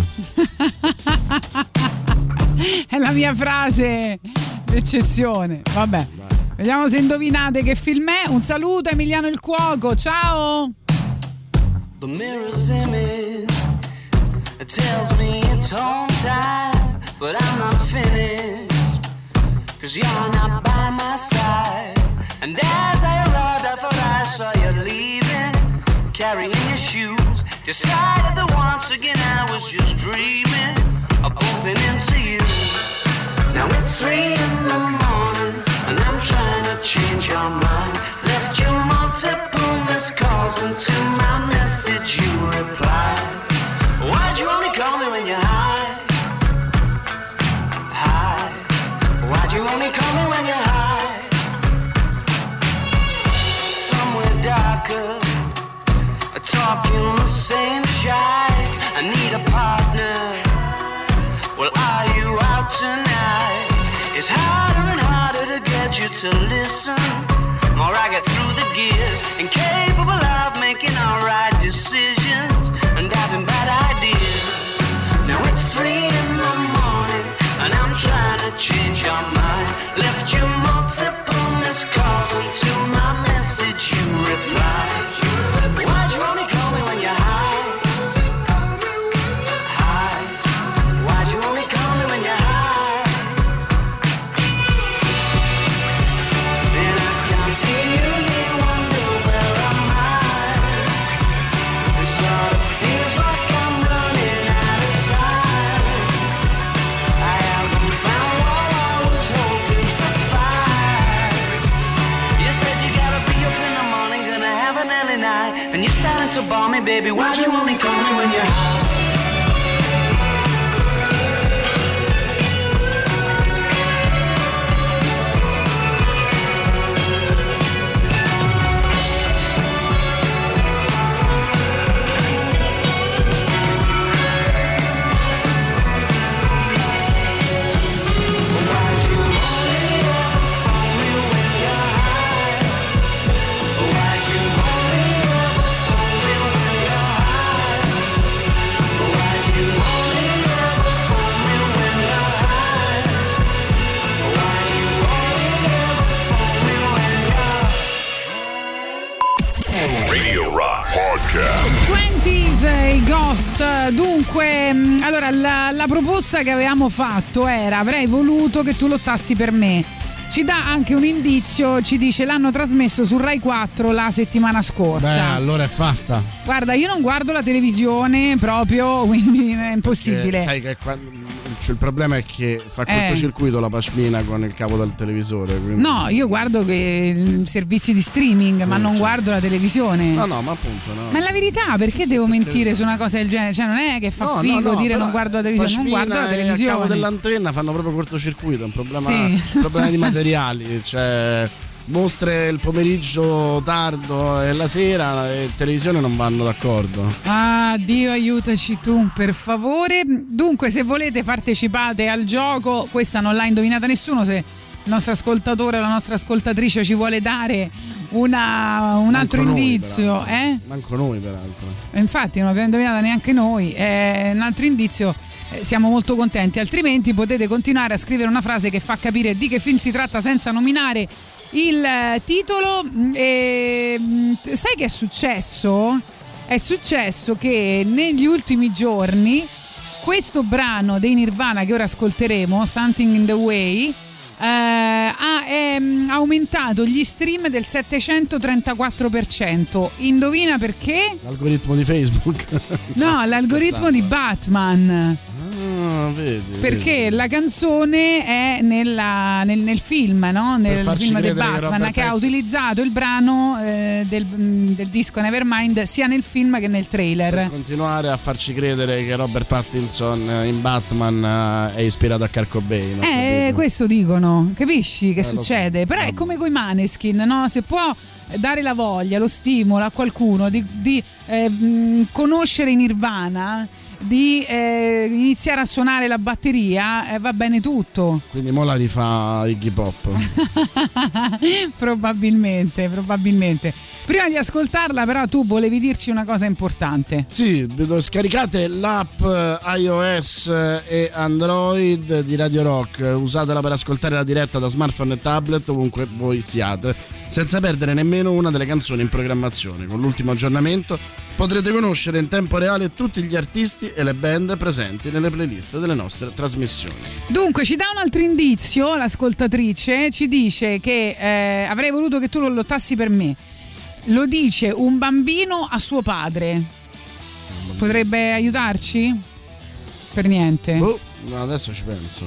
S3: È la mia frase d'eccezione. Vabbè. Vediamo se indovinate che film è. Un saluto Emiliano il Cuoco, ciao!
S5: The mirror's image, it tells me it's home time, but I'm not finished, 'cause you're not by my side. And as I arrived, I thought I saw you leaving, carrying your shoes. Decided that once again I was just dreaming of bumping into you. Now it's 3 in the morning and I'm trying to change your mind. Left you multiple missed calls, and to my message you replied. Why'd you only call me when you're high? High. Why'd you only call me when you're high? Somewhere darker, talking the same shite. I need a partner. Well, are you out tonight? It's harder and harder to get you to listen. More I get through the gears, incapable of making alright decisions and having bad ideas. Now it's 3 in the morning and I'm trying to change your mind. Left you multiple missed calls, and to my message you replied. Why'd you only call me when you're high? High. Why'd you only call me when you're high? And I can't see you, you wonder where am I? It sort of feels like I'm running out of time. I haven't found what I was hoping to find. You said you gotta be up in the morning, gonna have an early night, and you're starting to bore me, baby. Why'd you only call me when you're high?
S2: Radio Rock Podcast.
S3: 20s e Ghost. Dunque, allora la proposta che avevamo fatto era: avrei voluto che tu lottassi per me. Ci dà anche un indizio, ci dice l'hanno trasmesso su Rai 4 la settimana scorsa.
S4: Beh, allora è fatta.
S3: Guarda, io non guardo la televisione proprio, quindi è impossibile.
S4: Perché sai che il problema è che fa cortocircuito la pashmina con il cavo del televisore. Quindi...
S3: No, io guardo servizi di streaming, sì, ma non guardo la televisione.
S4: No, ma appunto no.
S3: Ma è la verità, perché devo mentire su una cosa del genere? Cioè non è che fa figo dire non guardo la televisione, non guardo la televisione.
S4: Il cavo dell'antenna fanno proprio cortocircuito, è un problema di materiali, cioè mostre il pomeriggio tardo e la sera e televisione non vanno d'accordo.
S3: Ah, Dio aiutaci tu, per favore. Dunque, se volete partecipate al gioco, questa non l'ha indovinata nessuno. Se il nostro ascoltatore o la nostra ascoltatrice ci vuole dare un altro indizio,
S4: Manco noi peraltro.
S3: Infatti non l'abbiamo indovinata neanche noi, un altro indizio, siamo molto contenti. Altrimenti potete continuare a scrivere una frase che fa capire di che film si tratta senza nominare il titolo. Sai che è successo? È successo che negli ultimi giorni questo brano dei Nirvana che ora ascolteremo, Something in the Way, ha aumentato gli stream del 734%. Indovina perché?
S4: L'algoritmo di Facebook.
S3: No, l'algoritmo di Batman. perché la canzone è nel film, no? Nel film di Batman, che ha utilizzato il brano del disco Nevermind sia nel film che nel trailer,
S4: per continuare a farci credere che Robert Pattinson in Batman è ispirato a Kurt Cobain.
S3: Questo dicono, capisci che succede? Però è come coi Maneskin, no? Se può dare la voglia, lo stimolo a qualcuno di conoscere Nirvana, di iniziare a suonare la batteria, va bene tutto.
S4: Quindi mo la rifà Iggy Pop.
S3: probabilmente. Prima di ascoltarla però tu volevi dirci una cosa importante.
S4: Sì, scaricate l'app iOS e Android di Radio Rock, usatela per ascoltare la diretta da smartphone e tablet ovunque voi siate, senza perdere nemmeno una delle canzoni in programmazione. Con l'ultimo aggiornamento potrete conoscere in tempo reale tutti gli artisti e le band presenti nelle playlist delle nostre trasmissioni.
S3: Dunque ci dà un altro indizio l'ascoltatrice, ci dice che avrei voluto che tu lo lottassi per me. Lo dice un bambino a suo padre. Potrebbe aiutarci? Per niente.
S4: No, adesso ci penso.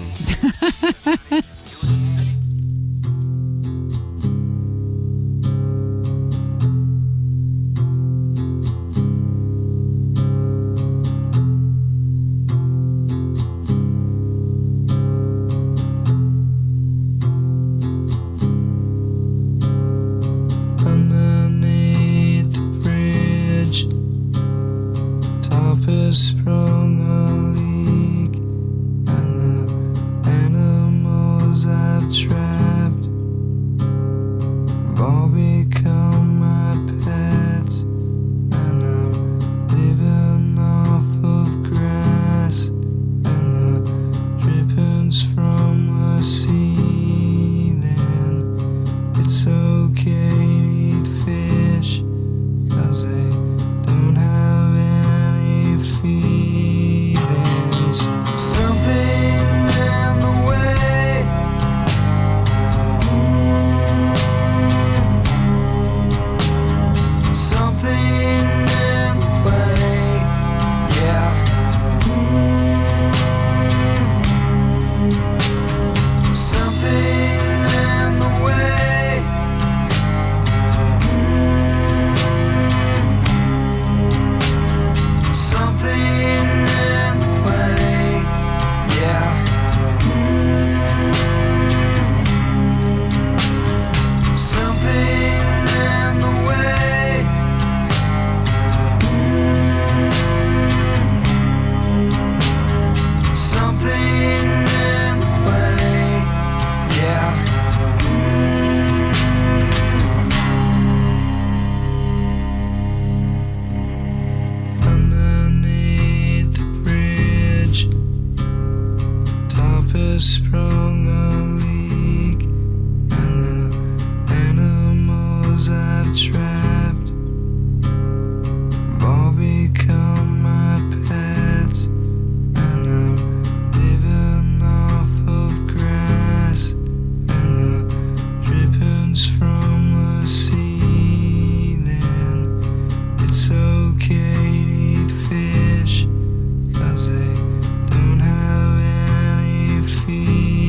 S11: Sprung a leak, and the animals I've trapped have all become my pets, and I'm living off of grass and the drippings from the ceiling. It's okay to eat fish, 'cause they don't have any feelings. Something in the way, something in the way, yeah. Something in the way, something in the way, yeah. Something in the way, something in the way, yeah. Underneath the bridge, top has sprung a leak, and the animals I've trapped have all become my pets, and I'm living off of grass and the drippings from the ceiling. It's okay to eat fish, 'cause they don't have any feelings.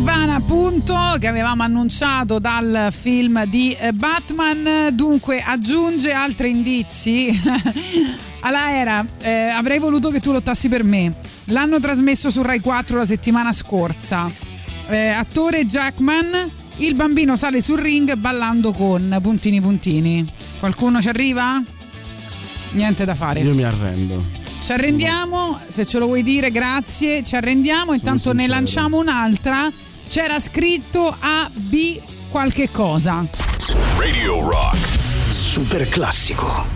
S3: Nirvana, appunto, che avevamo annunciato dal film di Batman. Dunque aggiunge altri indizi. Alla avrei voluto che tu lottassi per me. L'hanno trasmesso su Rai 4 la settimana scorsa. Attore Jackman, il bambino sale sul ring ballando con puntini puntini. Qualcuno ci arriva? Niente da fare.
S4: Io mi arrendo.
S3: Ci arrendiamo, se ce lo vuoi dire, grazie. Ci arrendiamo, intanto ne lanciamo un'altra. C'era scritto A, B, qualche cosa.
S2: Radio Rock.
S1: Super classico.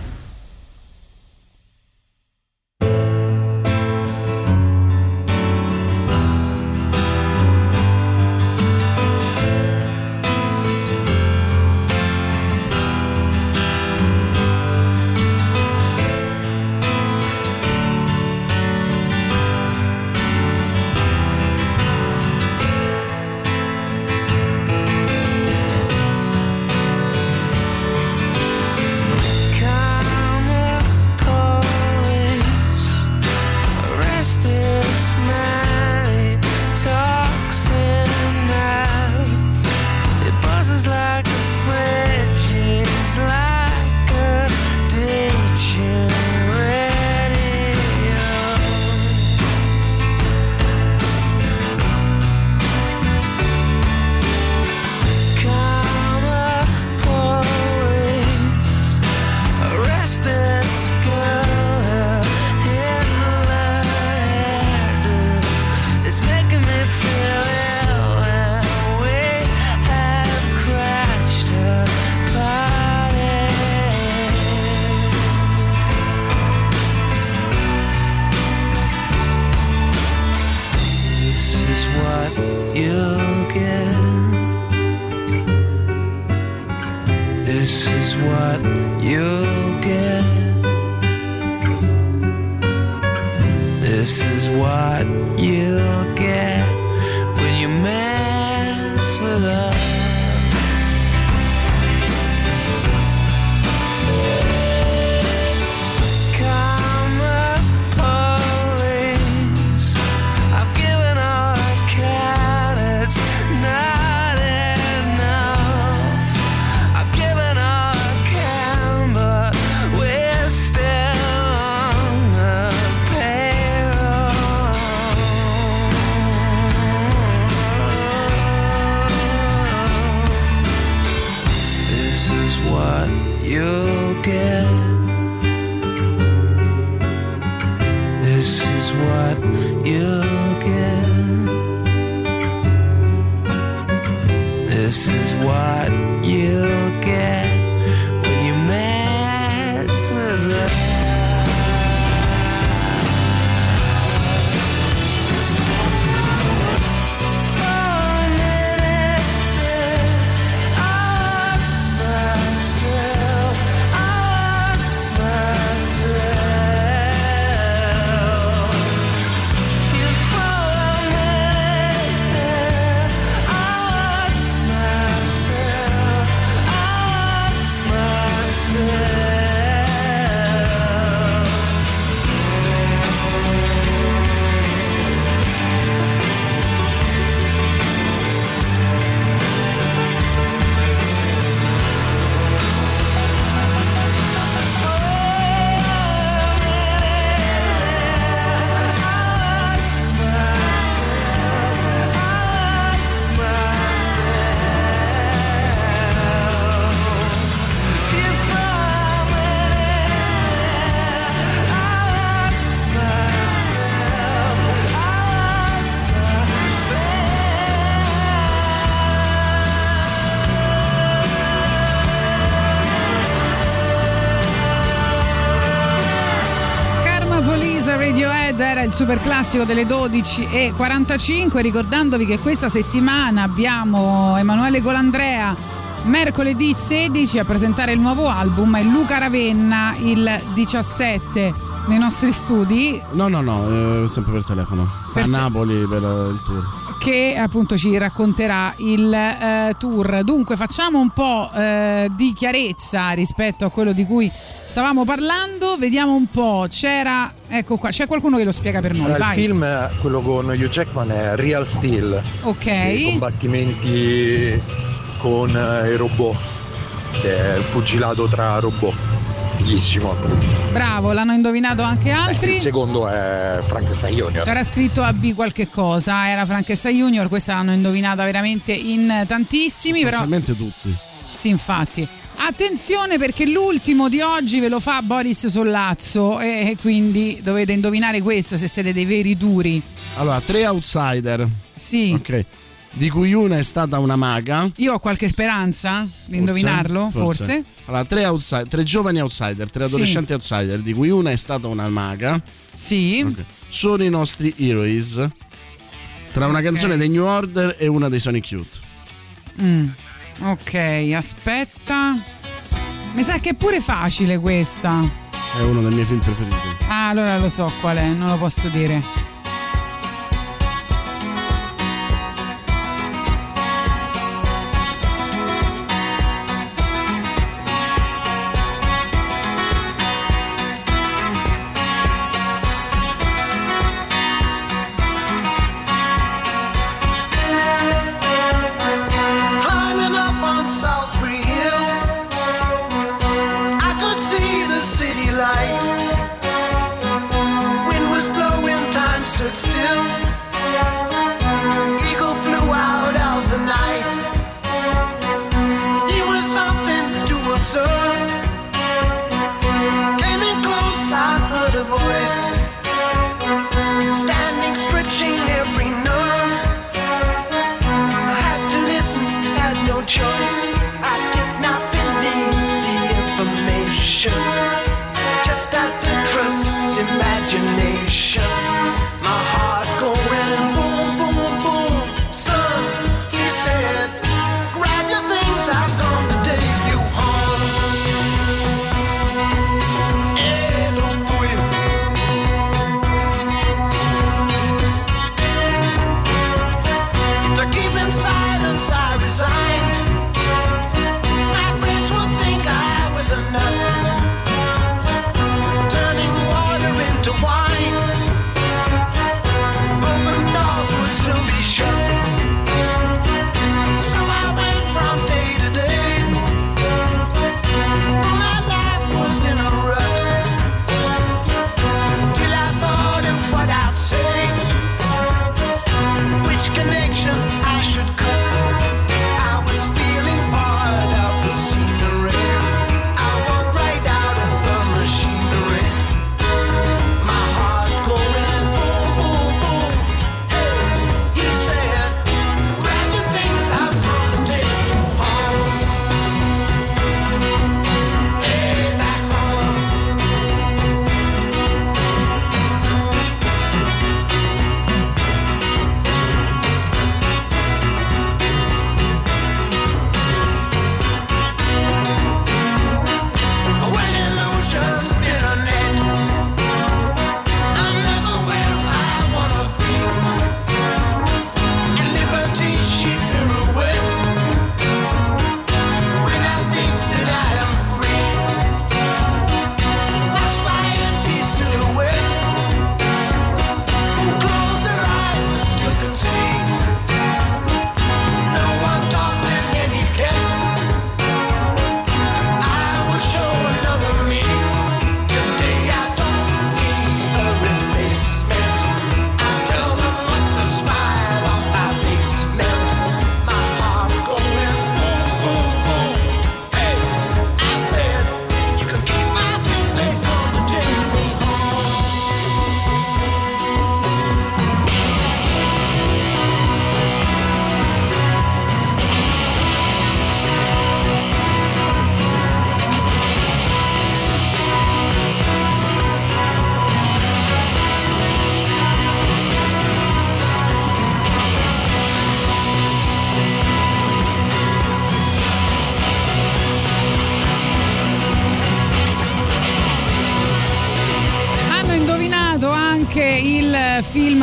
S3: Il super classico delle 12:45, ricordandovi che questa settimana abbiamo Emanuele Colandrea mercoledì 16 a presentare il nuovo album e Luca Ravenna il 17 nei nostri studi.
S4: No, sempre per telefono. Sta a Napoli per il tour.
S3: Che appunto ci racconterà il tour. Dunque facciamo un po' di chiarezza rispetto a quello di cui stavamo parlando. Vediamo un po'. Ecco qua, c'è qualcuno che lo spiega per noi.
S16: Il film, quello con Hugh Jackman, è Real Steel.
S3: Ok.
S16: I combattimenti con i robot, il pugilato tra robot. Fighissimo.
S3: Bravo, l'hanno indovinato anche altri.
S16: Il secondo è Frankenstein Junior.
S3: C'era scritto AB qualche cosa, era Frankenstein Junior, questa l'hanno indovinata veramente in tantissimi.
S4: Sostanzialmente tutti.
S3: Sì, infatti. Attenzione perché l'ultimo di oggi ve lo fa Boris Sollazzo e quindi dovete indovinare questo se siete dei veri duri.
S4: Allora, 3 outsider.
S3: Sì.
S4: Ok. Di cui una è stata una maga.
S3: Io ho qualche speranza di indovinarlo, forse.
S4: Allora, 3 giovani outsider, 3 adolescenti outsider, di cui una è stata una maga.
S3: Sì.
S4: Okay. Sono i nostri heroes. Tra una canzone dei New Order e una dei Sonic Youth.
S3: Ok, aspetta. Mi sa che è pure facile questa.
S4: È uno dei miei film preferiti.
S3: Ah, allora lo so qual è, non lo posso dire.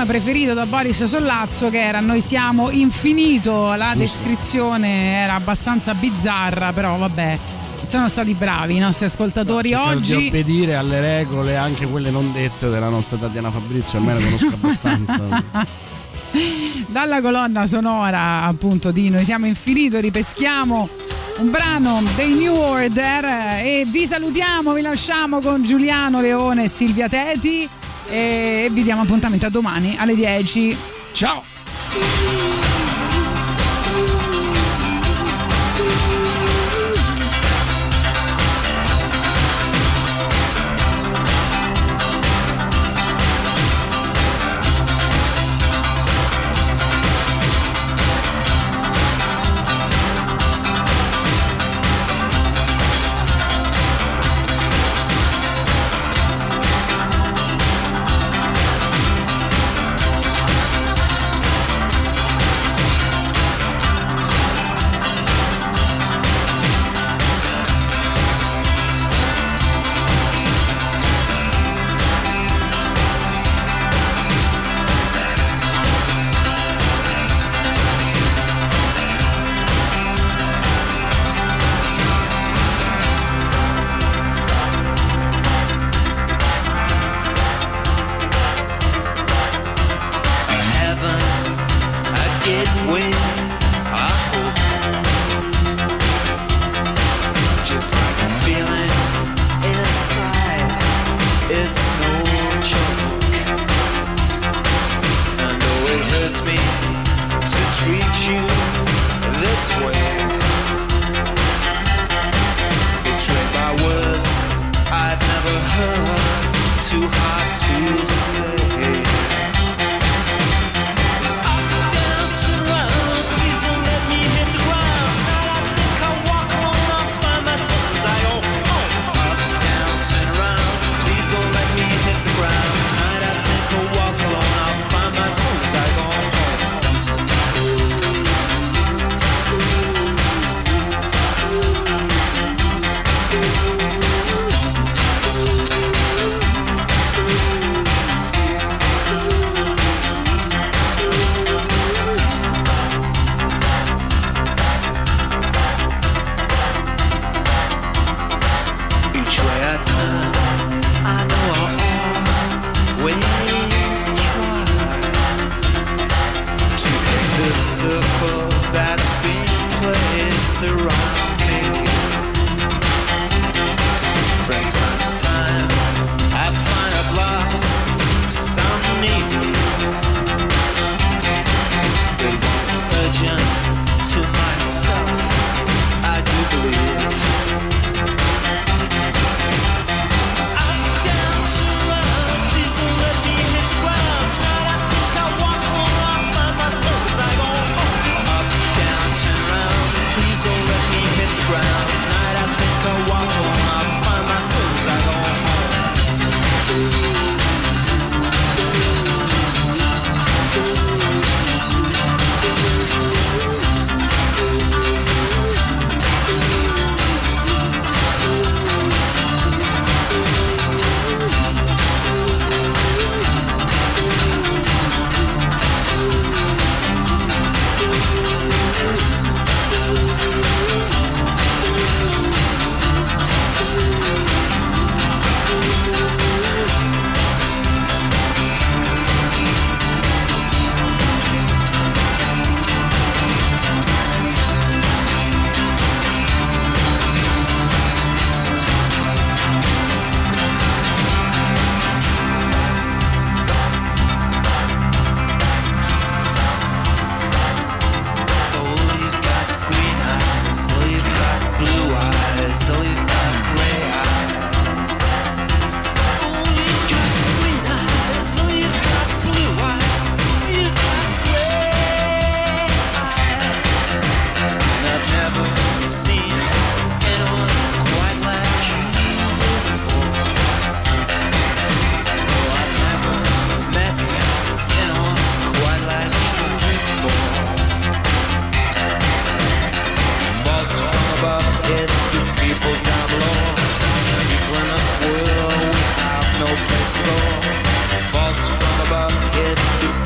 S3: film preferito da Boris Sollazzo, che era Noi siamo infinito. La descrizione era abbastanza bizzarra, però vabbè, sono stati bravi i nostri ascoltatori oggi
S4: di obbedire alle regole, anche quelle non dette, della nostra Tatiana Fabrizio, a me ne conosco abbastanza.
S3: Dalla colonna sonora appunto di Noi siamo infinito ripeschiamo un brano dei New Order e vi salutiamo, vi lasciamo con Giuliano Leone e Silvia Teti e vi diamo appuntamento a domani alle 10.
S4: Ciao.
S6: Faults from above hit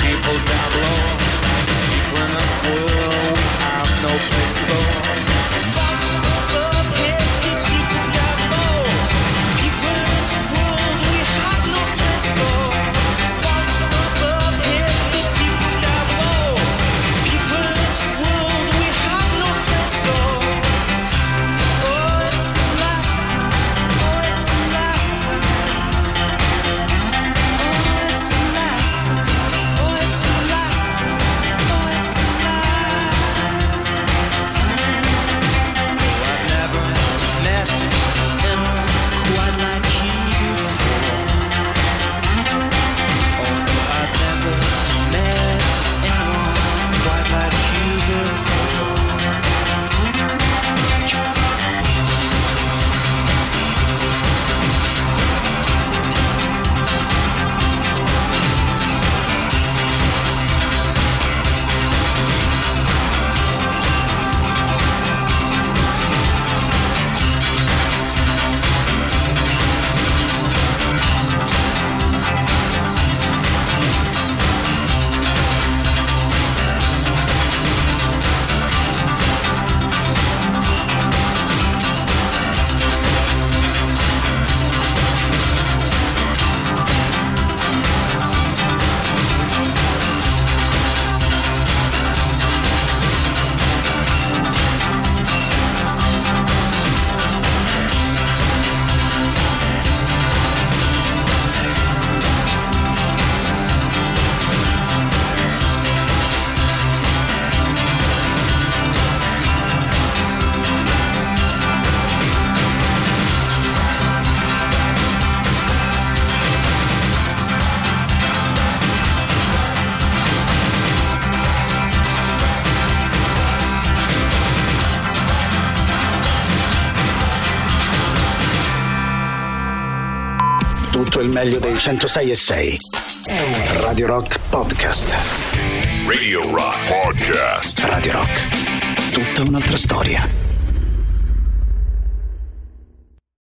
S1: Tutto il meglio dei 106.6. Radio Rock Podcast.
S2: Radio Rock Podcast.
S1: Radio Rock. Tutta un'altra storia.